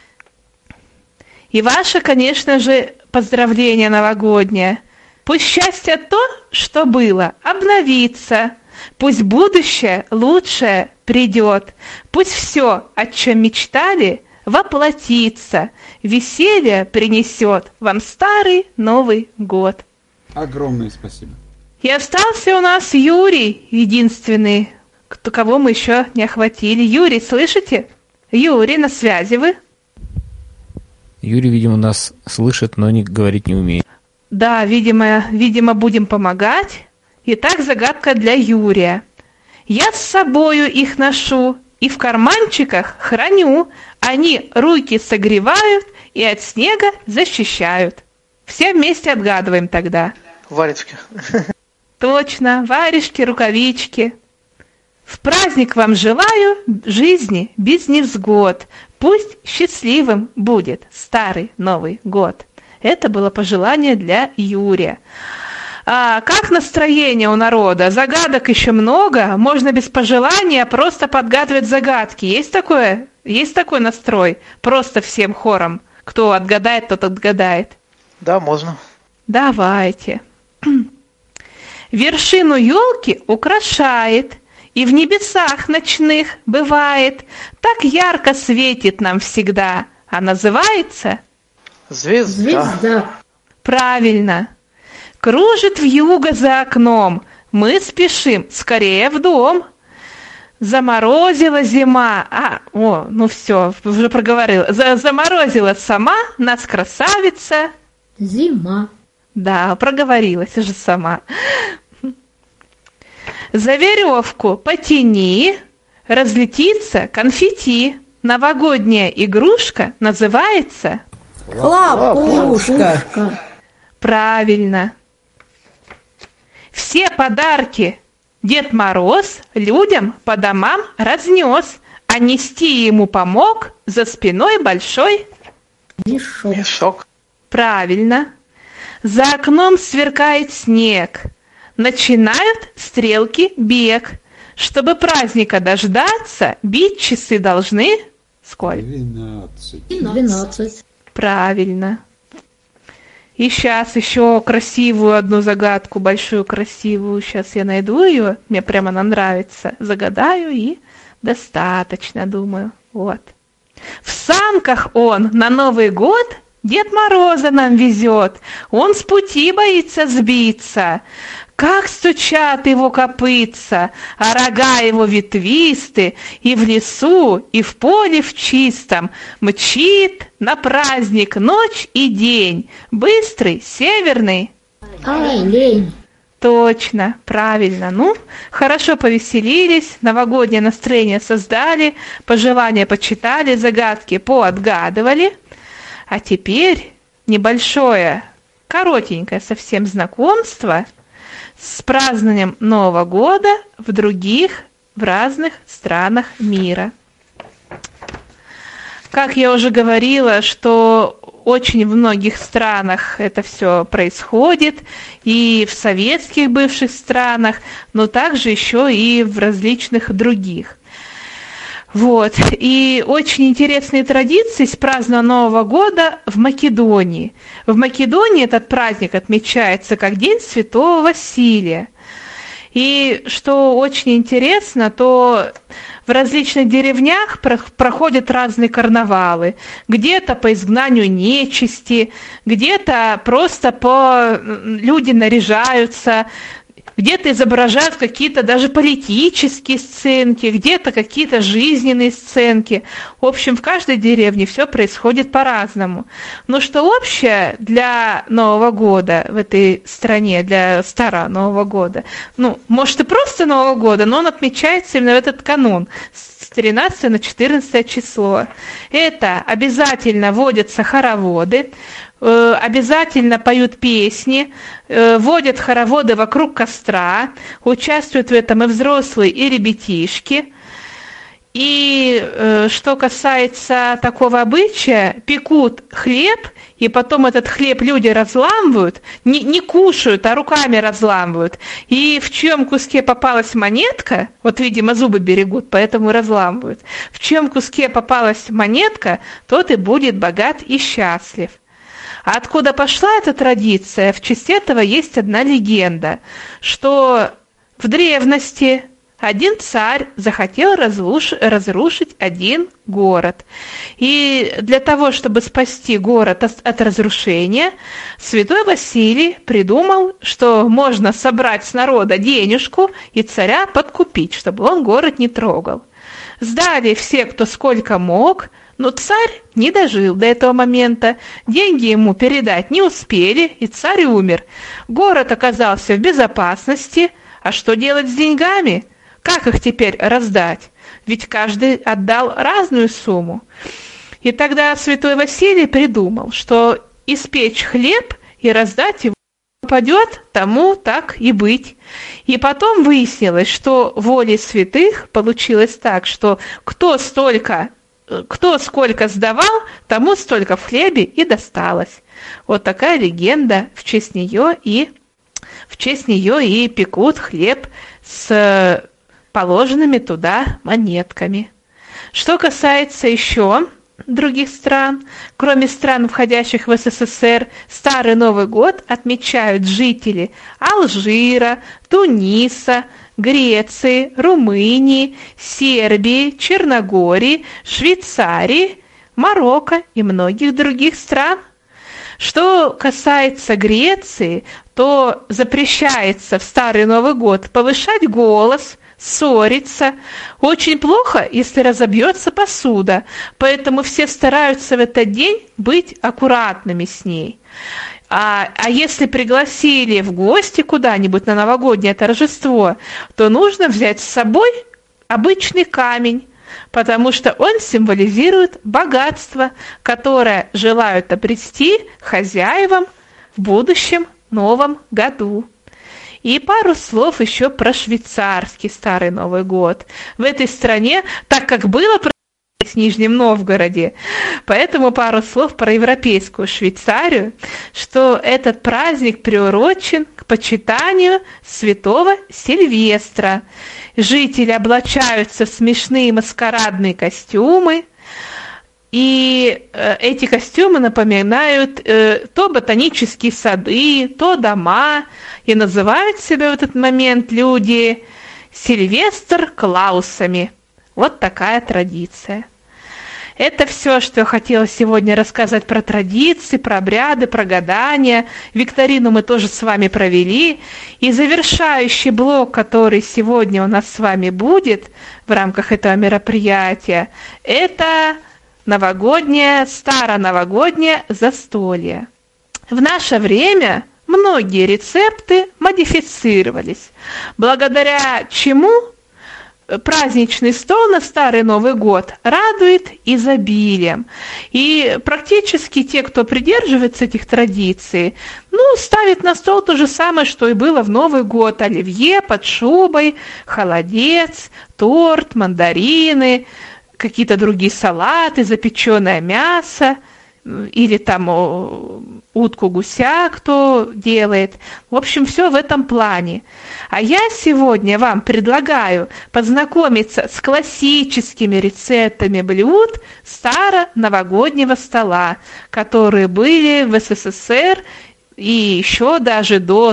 И ваше, конечно же, поздравление новогоднее. Пусть счастье то, что было, обновится. Пусть будущее лучшее придет. Пусть все, о чем мечтали, воплотится. Веселье принесет вам старый Новый год. Огромное спасибо. И остался у нас Юрий, единственный, кого мы еще не охватили. Юрий, слышите? Юрий, на связи вы? Юрий, видимо, нас слышит, но говорить не умеет. Да, видимо, будем помогать. Итак, загадка для Юрия. Я с собою их ношу и в карманчиках храню. Они руки согревают и от снега защищают. Все вместе отгадываем тогда. Варежки. Точно, варежки, рукавички. В праздник вам желаю жизни без невзгод. Пусть счастливым будет старый Новый год. Это было пожелание для Юрия. А как настроение у народа? Загадок еще много. Можно без пожелания просто подгадывать загадки. Есть такой настрой? Просто всем хором. Кто отгадает, тот отгадает. Да, можно. Давайте. Вершину елки украшает, и в небесах ночных бывает. Так ярко светит нам всегда. А называется... Звезда. Правильно. Кружит вьюга за окном. Мы спешим скорее в дом. Заморозила зима. Все, уже проговорила. Заморозила сама нас красавица. Зима. Да, проговорилась уже сама. За веревку потяни, разлетится конфетти. Новогодняя игрушка называется... Хлопушка. Правильно. Все подарки Дед Мороз людям по домам разнес, а нести ему помог за спиной большой мешок. Правильно. За окном сверкает снег. Начинают стрелки бег. Чтобы праздника дождаться, бить часы должны... Сколько? 12. Правильно. И сейчас еще красивую одну загадку, большую красивую. Сейчас я найду ее. Мне прямо она нравится. Загадаю и достаточно, думаю. Вот. В санках он на Новый год Дед Мороза нам везет. Он с пути боится сбиться. Как стучат его копытца, а рога его ветвисты, и в лесу, и в поле в чистом мчит на праздник ночь и день, быстрый, северный. Олень. Точно, правильно. Ну, хорошо повеселились, новогоднее настроение создали, пожелания почитали, загадки поотгадывали. А теперь небольшое, коротенькое совсем знакомство с празднованием Нового года в разных странах мира. Как я уже говорила, что очень в многих странах это все происходит, и в советских бывших странах, но также еще и в различных других. Вот. И очень интересные традиции с празднования Нового года в Македонии. В Македонии этот праздник отмечается как День Святого Василия. И что очень интересно, то в различных деревнях проходят разные карнавалы. Где-то по изгнанию нечисти, где-то просто люди наряжаются, где-то изображают какие-то даже политические сценки, где-то какие-то жизненные сценки. В общем, в каждой деревне все происходит по-разному. Но что общее для Нового года в этой стране, для Старого Нового года? Может и просто Нового года, но он отмечается именно в этот канун, с 13 на 14 число. Это обязательно водятся хороводы, обязательно поют песни, водят хороводы вокруг костра, участвуют в этом и взрослые, и ребятишки. И что касается такого обычая, пекут хлеб, и потом этот хлеб люди разламывают, не кушают, а руками разламывают. И в чьем куске попалась монетка, вот, видимо, зубы берегут, поэтому разламывают, в чьем куске попалась монетка, тот и будет богат и счастлив. А откуда пошла эта традиция? В честь этого есть одна легенда, что в древности один царь захотел разрушить один город. И для того, чтобы спасти город от разрушения, святой Василий придумал, что можно собрать с народа денежку и царя подкупить, чтобы он город не трогал. Сдали все, кто сколько мог, но царь не дожил до этого момента, деньги ему передать не успели, и царь умер. Город оказался в безопасности, а что делать с деньгами? Как их теперь раздать? Ведь каждый отдал разную сумму. И тогда святой Василий придумал, что испечь хлеб и раздать его попадет тому так и быть. И потом выяснилось, что волей святых получилось так, что кто сколько сдавал, тому столько в хлебе и досталось. Вот такая легенда, в честь нее и пекут хлеб с положенными туда монетками. Что касается еще других стран, кроме стран, входящих в СССР, Старый Новый год отмечают жители Алжира, Туниса, Греции, Румынии, Сербии, Черногории, Швейцарии, Марокко и многих других стран. Что касается Греции, то запрещается в Старый Новый год повышать голос, ссориться. Очень плохо, если разобьется посуда, поэтому все стараются в этот день быть аккуратными с ней. А если пригласили в гости куда-нибудь на новогоднее торжество, то нужно взять с собой обычный камень, потому что он символизирует богатство, которое желают обрести хозяевам в будущем новом году. И пару слов еще про швейцарский Старый Новый год. В этой стране, так как было в Нижнем Новгороде, поэтому пару слов про европейскую Швейцарию, что этот праздник приурочен к почитанию святого Сильвестра. Жители облачаются в смешные маскарадные костюмы, и эти костюмы напоминают то ботанические сады, то дома, и называют себя в этот момент люди Сильвестр Клаусами. Вот такая традиция. Это все, что я хотела сегодня рассказать про традиции, про обряды, про гадания. Викторину мы тоже с вами провели. И завершающий блок, который сегодня у нас с вами будет в рамках этого мероприятия, это новогоднее, староновогоднее застолье. В наше время многие рецепты модифицировались, благодаря чему праздничный стол на Старый Новый год радует изобилием. И практически те, кто придерживается этих традиций, ставят на стол то же самое, что и было в Новый год. Оливье под шубой, холодец, торт, мандарины, какие-то другие салаты, запеченное мясо, или там утку гуся кто делает. В общем, все в этом плане. А я сегодня вам предлагаю познакомиться с классическими рецептами блюд старо-новогоднего стола, которые были в СССР и еще даже до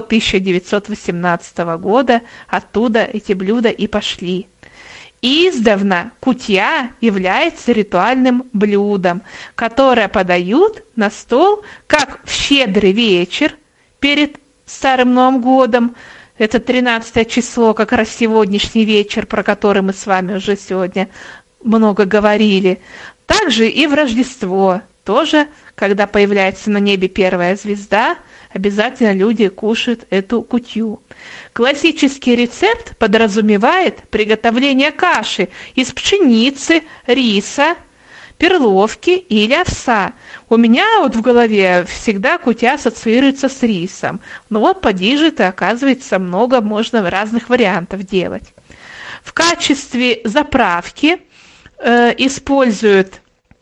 1918 года оттуда эти блюда и пошли. Издавна кутья является ритуальным блюдом, которое подают на стол как в щедрый вечер перед Старым Новым годом. Это 13 число, как раз сегодняшний вечер, про который мы с вами уже сегодня много говорили. Также и в Рождество, тоже, когда появляется на небе первая звезда, обязательно люди кушают эту кутью. Классический рецепт подразумевает приготовление каши из пшеницы, риса, перловки или овса. У меня вот в голове всегда кутья ассоциируется с рисом. Но вот поди-то, оказывается, много можно разных вариантов делать. В качестве заправки используют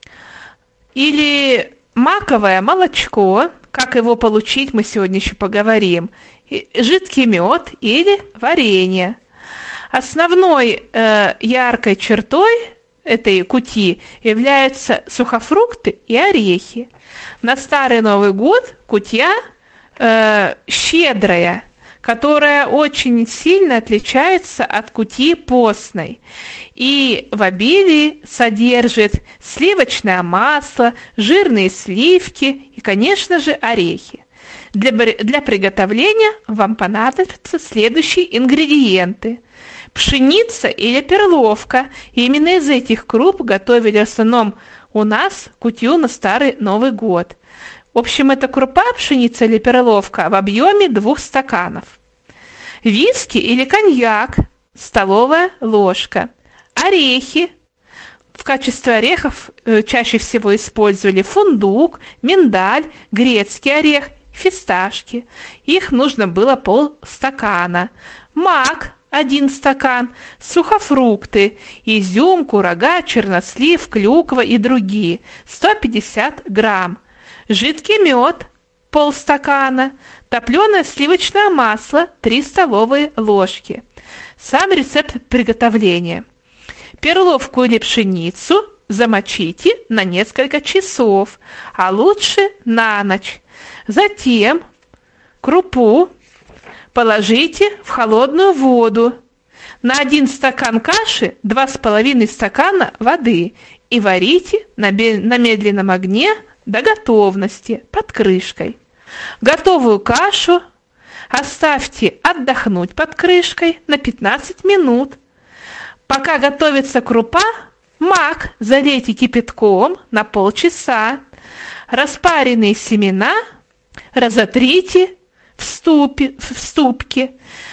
или маковое молочко, как его получить, мы сегодня еще поговорим, жидкий мед или варенье. Основной яркой чертой этой кути являются сухофрукты и орехи. На Старый Новый год кутья щедрая, которая очень сильно отличается от кутьи постной. И в обилии содержит сливочное масло, жирные сливки и, конечно же, орехи. Для приготовления вам понадобятся следующие ингредиенты. Пшеница или перловка. Именно из этих круп готовили в основном у нас кутью на Старый Новый год. В общем, это крупа, пшеница или перловка в объеме 2 стаканов. Виски или коньяк, столовая ложка. Орехи. В качестве орехов чаще всего использовали фундук, миндаль, грецкий орех, фисташки. Их нужно было полстакана. Мак 1 стакан, сухофрукты, изюм, курага, чернослив, клюква и другие 150 грамм. Жидкий мед полстакана, топленое сливочное масло 3 столовые ложки. Сам рецепт приготовления. Перловку или пшеницу замочите на несколько часов, а лучше на ночь. Затем крупу положите в холодную воду. На 1 стакан каши 2,5 стакана воды и варите на медленном огне до готовности под крышкой. Готовую кашу оставьте отдохнуть под крышкой на 15 минут. Пока готовится крупа, мак залейте кипятком на полчаса. Распаренные семена разотрите в ступке.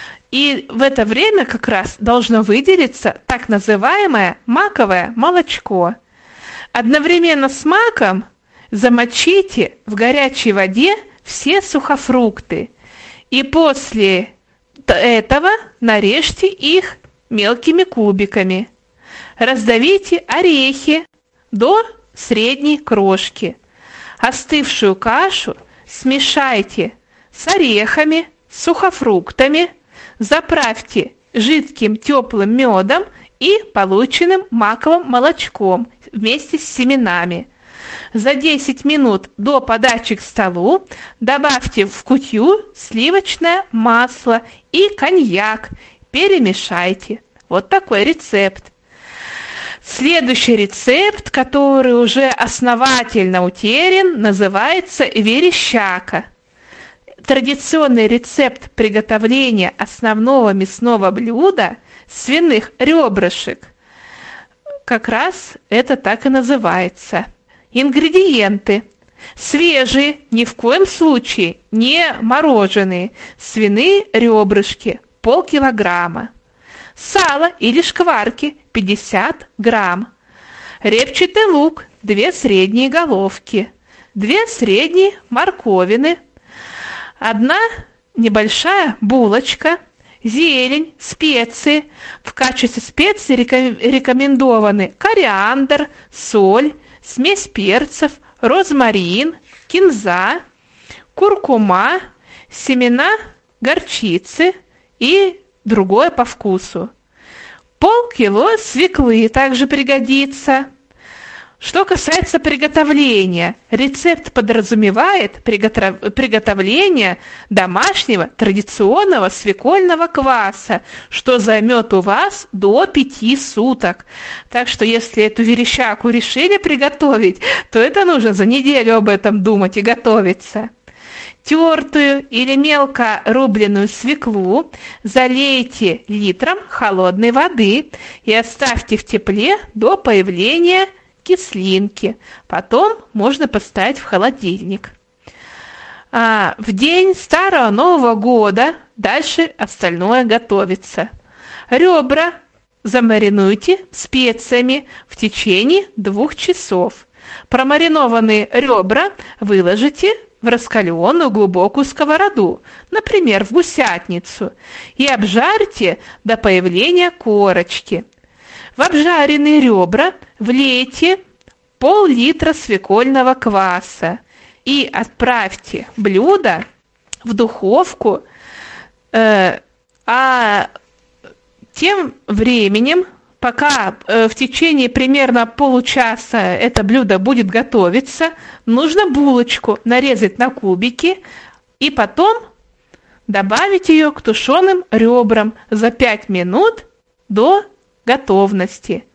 И в это время как раз должно выделиться так называемое маковое молочко. Одновременно с маком замочите в горячей воде все сухофрукты. И после этого нарежьте их мелкими кубиками. Раздавите орехи до средней крошки. Остывшую кашу смешайте с орехами, сухофруктами, заправьте жидким теплым медом и полученным маковым молочком вместе с семенами. За 10 минут до подачи к столу добавьте в кутью сливочное масло и коньяк. Перемешайте. Вот такой рецепт. Следующий рецепт, который уже основательно утерян, называется верещака. Традиционный рецепт приготовления основного мясного блюда свиных ребрышек. Как раз это так и называется. Ингредиенты. Свежие, ни в коем случае не мороженые, свиные ребрышки, полкилограмма. Сало или шкварки 50 грамм. Репчатый лук 2 средние головки. 2 средние морковины. 1 небольшая булочка. Зелень, специи. В качестве специй рекомендованы кориандр, соль, смесь перцев, розмарин, кинза, куркума, семена горчицы и другое по вкусу. Полкило свеклы также пригодится. Что касается приготовления, рецепт подразумевает приготовление домашнего традиционного свекольного кваса, что займет у вас до 5 суток. Так что если эту верещаку решили приготовить, то это нужно за неделю об этом думать и готовиться. Тертую или мелко рубленную свеклу залейте литром холодной воды и оставьте в тепле до появления кислинки. Потом можно поставить в холодильник. В день Старого Нового года дальше остальное готовится. Ребра замаринуйте специями в течение 2 часов. Промаринованные ребра выложите в раскаленную глубокую сковороду, например, в гусятницу, и обжарьте до появления корочки. В обжаренные ребра влейте пол-литра свекольного кваса и отправьте блюдо в духовку, а тем временем, пока в течение примерно получаса это блюдо будет готовиться, нужно булочку нарезать на кубики и потом добавить ее к тушеным ребрам за 5 минут до готовности.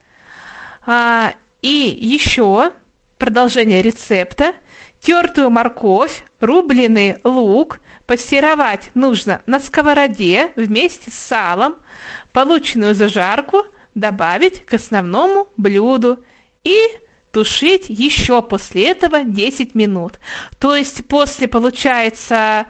И еще продолжение рецепта. Тертую морковь, рубленый лук пассеровать нужно на сковороде вместе с салом, полученную зажарку добавить к основному блюду и тушить еще после этого 10 минут. То есть получается,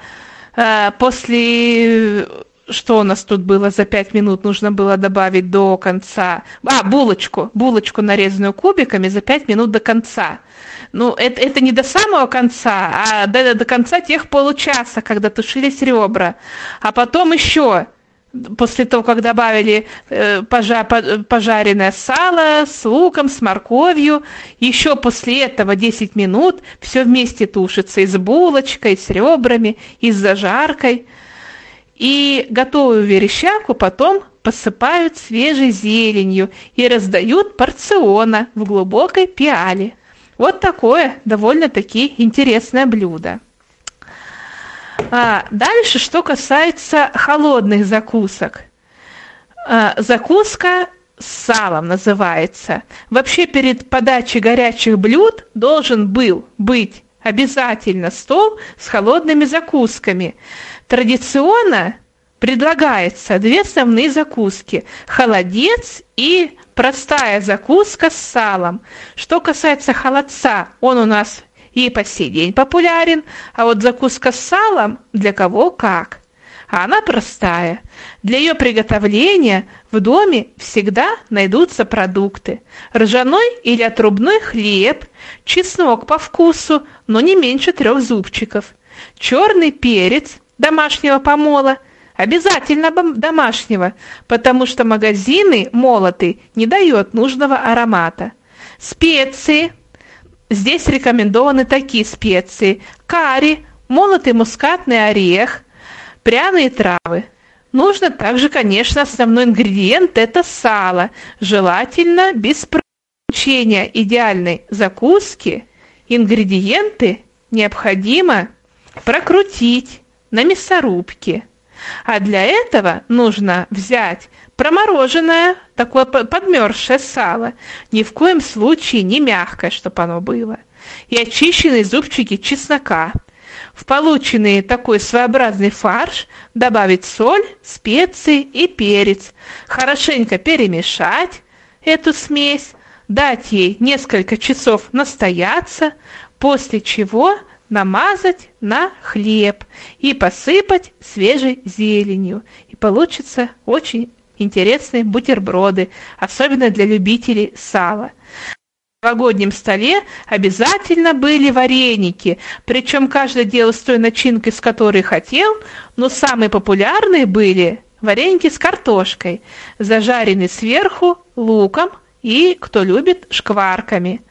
что у нас тут было за 5 минут, нужно было добавить до конца, булочку нарезанную кубиками за 5 минут до конца. Ну, это не до самого конца, а до конца тех получаса, когда тушились ребра. А потом еще, после того, как добавили пожаренное сало с луком, с морковью, еще после этого 10 минут все вместе тушится и с булочкой, и с ребрами, и с зажаркой. И готовую верещаку потом посыпают свежей зеленью и раздают порционно в глубокой пиале. Вот такое довольно-таки интересное блюдо. Дальше, что касается холодных закусок. Закуска с салом называется. Вообще перед подачей горячих блюд должен был быть обязательно стол с холодными закусками. Традиционно предлагается 2 основные закуски – холодец и простая закуска с салом. Что касается холодца, он у нас и по сей день популярен, а вот закуска с салом для кого как. А она простая. Для ее приготовления в доме всегда найдутся продукты. Ржаной или отрубной хлеб, чеснок по вкусу, но не меньше 3 зубчиков, черный перец домашнего помола, обязательно домашнего, потому что магазинный молотый не дает нужного аромата. Специи. Здесь рекомендованы такие специи: карри, молотый мускатный орех, пряные травы. Нужно также, конечно, основной ингредиент – это сало. Желательно без получения идеальной закуски ингредиенты необходимо прокрутить на мясорубке. А для этого нужно взять промороженное, такое подмерзшее сало, ни в коем случае не мягкое, чтобы оно было, и очищенные зубчики чеснока. В полученный такой своеобразный фарш добавить соль, специи и перец, хорошенько перемешать эту смесь, дать ей несколько часов настояться, после чего намазать на хлеб и посыпать свежей зеленью. И получатся очень интересные бутерброды, особенно для любителей сала. На новогоднем столе обязательно были вареники, причем каждый делал с той начинкой, с которой хотел, но самые популярные были вареники с картошкой, зажаренные сверху луком и, кто любит, шкварками.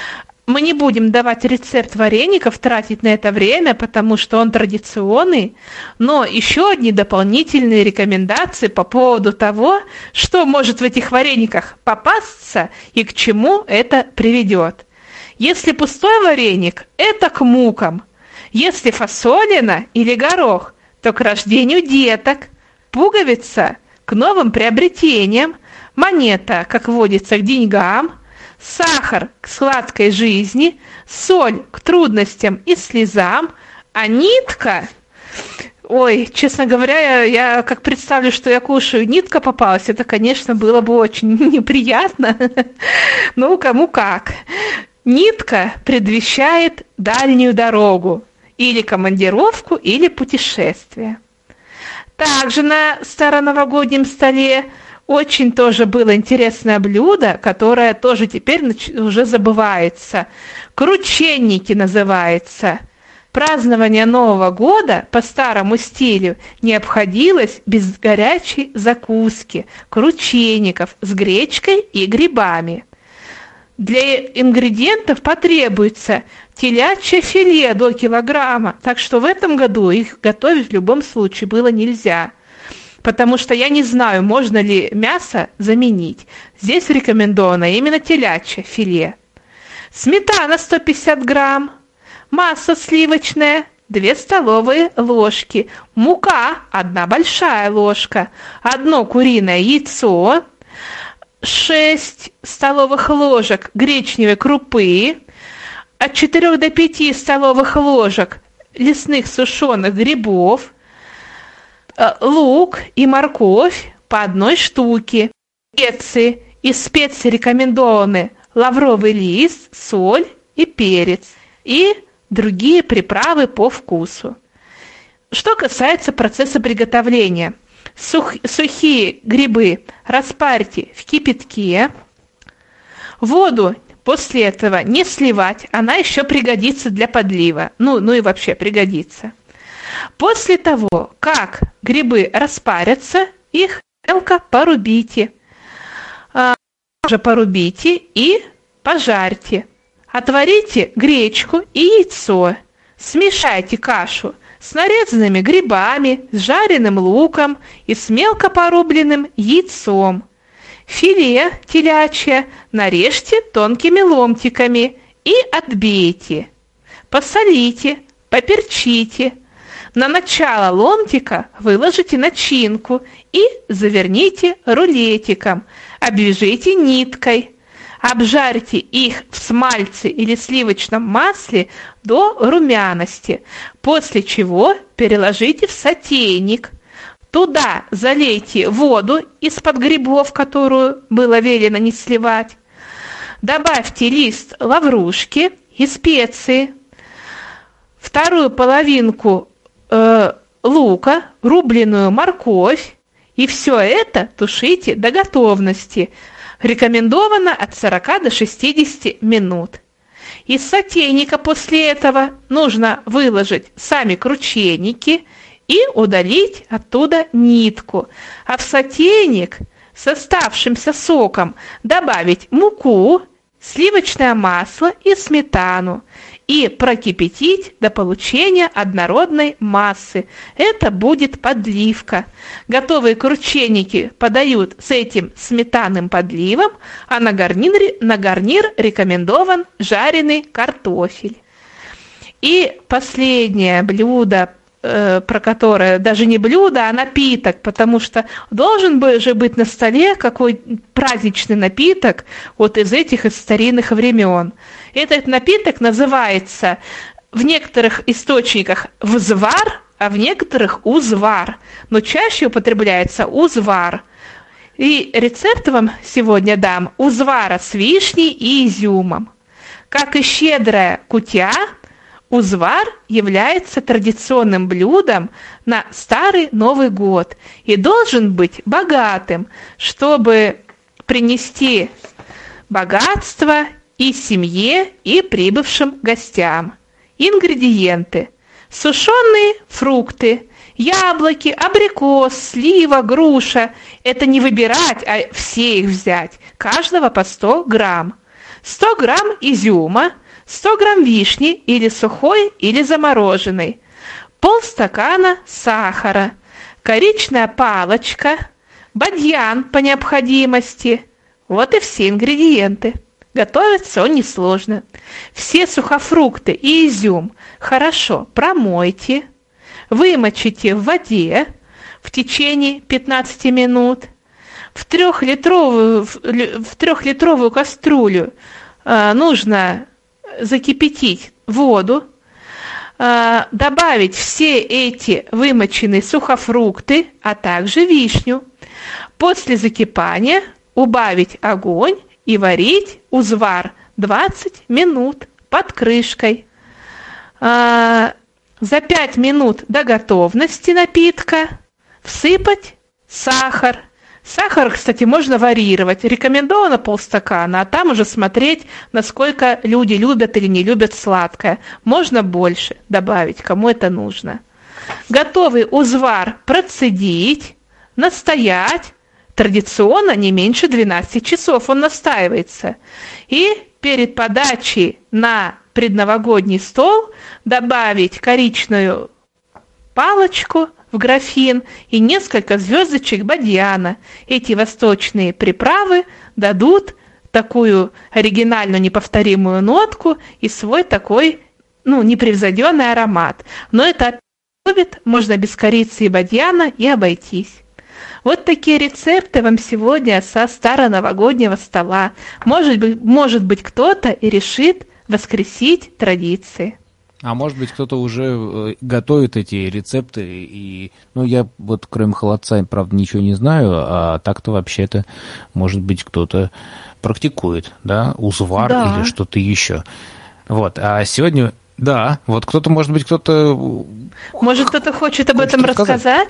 Мы не будем давать рецепт вареников, тратить на это время, потому что он традиционный, но еще одни дополнительные рекомендации по поводу того, что может в этих варениках попасться и к чему это приведет. Если пустой вареник – это к мукам. Если фасолина или горох, то к рождению деток. Пуговица – к новым приобретениям. Монета, как водится, к деньгам. Сахар к сладкой жизни, соль к трудностям и слезам, а нитка... Ой, честно говоря, я как представлю, что я кушаю, нитка попалась, это, конечно, было бы очень неприятно. Ну, кому как. Нитка предвещает дальнюю дорогу, или командировку, или путешествие. Также на староновогоднем столе очень тоже было интересное блюдо, которое тоже теперь уже забывается. Крученники называется. Празднование Нового года по старому стилю не обходилось без горячей закуски, кручеников с гречкой и грибами. Для ингредиентов потребуется телячье филе до килограмма, так что в этом году их готовить в любом случае было нельзя, потому что я не знаю, можно ли мясо заменить. Здесь рекомендовано именно телячье филе. Сметана 150 грамм, масло сливочное 2 столовые ложки, мука 1 большая ложка, 1 куриное яйцо, 6 столовых ложек гречневой крупы, от 4 до 5 столовых ложек лесных сушеных грибов, лук и морковь по 1 штуке. Специи. Из специй рекомендованы лавровый лист, соль и перец и другие приправы по вкусу. Что касается процесса приготовления. Сухие грибы распарьте в кипятке. Воду после этого не сливать, она еще пригодится для подлива. Ну и вообще пригодится. После того, как грибы распарятся, их мелко порубите. Порубите и пожарьте. Отварите гречку и яйцо. Смешайте кашу с нарезанными грибами, с жареным луком и с мелко порубленным яйцом. Филе телячье нарежьте тонкими ломтиками и отбейте. Посолите, поперчите. На начало ломтика выложите начинку и заверните рулетиком. Обвяжите ниткой. Обжарьте их в смальце или сливочном масле до румяности, после чего переложите в сотейник. Туда залейте воду из-под грибов, которую было велено не сливать. Добавьте лист лаврушки и специи. Вторую половинку лука, рубленую морковь. И все это тушите до готовности. Рекомендовано от 40 до 60 минут. Из сотейника после этого нужно выложить сами крученики и удалить оттуда нитку. А в сотейник с оставшимся соком добавить муку, сливочное масло и сметану и прокипятить до получения однородной массы. Это будет подливка. Готовые крученики подают с этим сметанным подливом, а на гарнир рекомендован жареный картофель. И последнее блюдо, про которое даже не блюдо, а напиток, потому что должен же быть на столе какой праздничный напиток вот из этих из старинных времен. Этот напиток называется в некоторых источниках взвар, а в некоторых узвар, но чаще употребляется узвар. И рецепт вам сегодня дам узвара с вишней и изюмом. Как и щедрая кутя, узвар является традиционным блюдом на Старый Новый год и должен быть богатым, чтобы принести богатство и семье, и прибывшим гостям. Ингредиенты: сушеные фрукты, яблоки, абрикос, слива, груша. Это не выбирать, а все их взять, каждого по 100 грамм. 100 грамм изюма, 100 грамм вишни или сухой, или замороженной, полстакана сахара, коричная палочка, бадьян по необходимости. Вот и все ингредиенты. Готовится он несложно. Все сухофрукты и изюм хорошо промойте, вымочите в воде в течение 15 минут. В 3-литровую кастрюлю нужно закипятить воду, добавить все эти вымоченные сухофрукты, а также вишню. После закипания убавить огонь и варить узвар 20 минут под крышкой. За 5 минут до готовности напитка всыпать сахар, Сахар, кстати, можно варьировать. Рекомендовано полстакана, а там уже смотреть, насколько люди любят или не любят сладкое. Можно больше добавить, кому это нужно. Готовый узвар процедить, настоять. Традиционно не меньше 12 часов он настаивается. И перед подачей на предновогодний стол добавить коричневую палочку в графин и несколько звездочек бадьяна. Эти восточные приправы дадут такую оригинальную неповторимую нотку и свой такой, непревзойденный аромат. Но это любит, можно без корицы и бадьяна и обойтись. Вот такие рецепты вам сегодня со староновогоднего стола. Может быть, кто-то и решит воскресить традиции. А может быть, кто-то уже готовит эти рецепты, и, я вот кроме холодца, правда, ничего не знаю, а так-то вообще-то, может быть, кто-то практикует, да, узвар или что-то еще. Вот, а сегодня, вот кто-то, может быть, кто-то... Может, кто-то хочет об этом рассказать?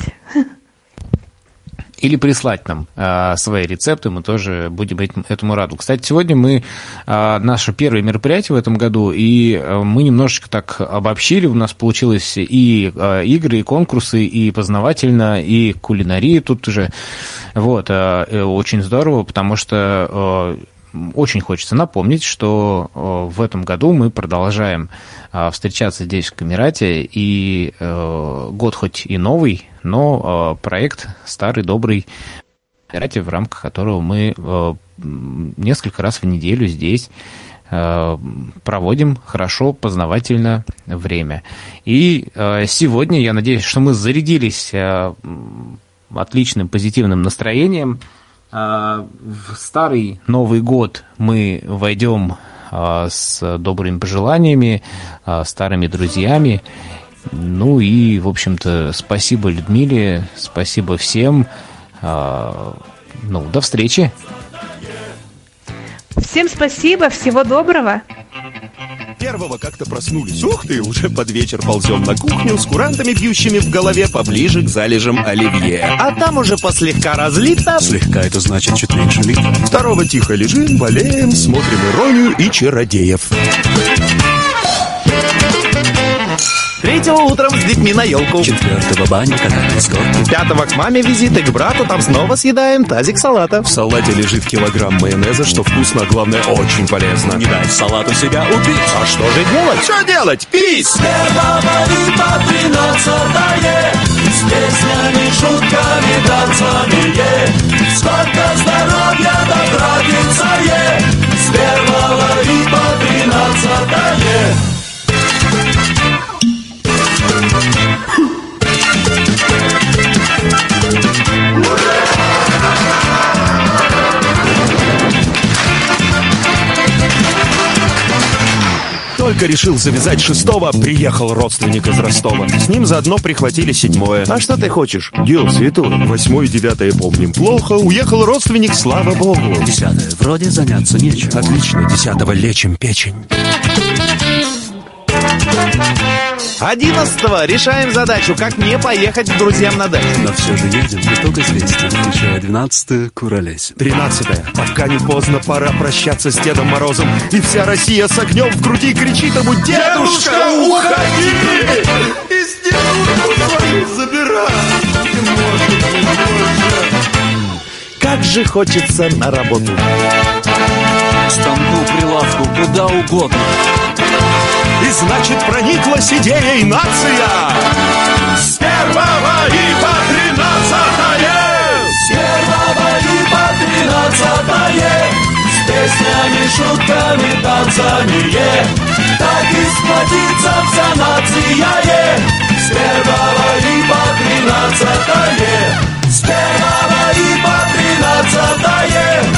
Или прислать нам свои рецепты, мы тоже будем этому рады. Кстати, сегодня мы наше первое мероприятие в этом году, и мы немножечко так обобщили, у нас получилось и игры, и конкурсы, и познавательно, и кулинария тут уже. Вот, очень здорово, потому что очень хочется напомнить, что в этом году мы продолжаем встречаться здесь, в Камерате, и год хоть и новый, но проект старый, добрый, в рамках которого мы несколько раз в неделю здесь проводим хорошо, познавательно время. И сегодня, я надеюсь, что мы зарядились отличным позитивным настроением. В старый Новый год мы войдем с добрыми пожеланиями, старыми друзьями. И, в общем-то, спасибо Людмиле, спасибо всем. До встречи. Всем спасибо, всего доброго. Первого как-то проснулись. Ух ты, уже под вечер ползем на кухню с курантами, бьющими в голове поближе к залежам оливье. А там уже послегка разлито. Слегка это значит чуть меньше литра. Второго тихо лежим, болеем, смотрим «Иронию» и «Чародеев». Третьего утром с детьми на елку. Четвертого баня, катание с горки. Пятого к маме визиты, к брату, там снова съедаем тазик салата. В салате лежит килограмм майонеза, что вкусно, а главное, очень полезно. Не дай салату себя убить. А что же делать? Что делать? Пить! С 1 и по 13-е, с песнями, шутками, танцами, сколько здоровья да традиция, с 1 и по 13-е. Только решил завязать 6-го, приехал родственник из Ростова. С ним заодно прихватили 7-е. А что ты хочешь? Дел святой. 8 и 9 помним плохо. Уехал родственник, слава богу. 10-е вроде заняться нечем. Отлично, 10-го лечим печень. 11-го решаем задачу, как не поехать к друзьям на дачу. Но все же едем, итог известен. Еще 12-е куролесит. 13-е. Пока не поздно, пора прощаться с Дедом Морозом. И вся Россия с огнем в груди кричит ему: «Дедушка, уходи! Из дедушку свою забирай! Не может. Как же хочется на работу! К станку, прилавку, куда угодно. И значит, прониклась идеей нация. С 1 и по 13-е. С 1 и по 13-е. С песнями, шутками, танцами, так и сплотится вся нация. С 1 и по 13-е. С 1 и по 13-е.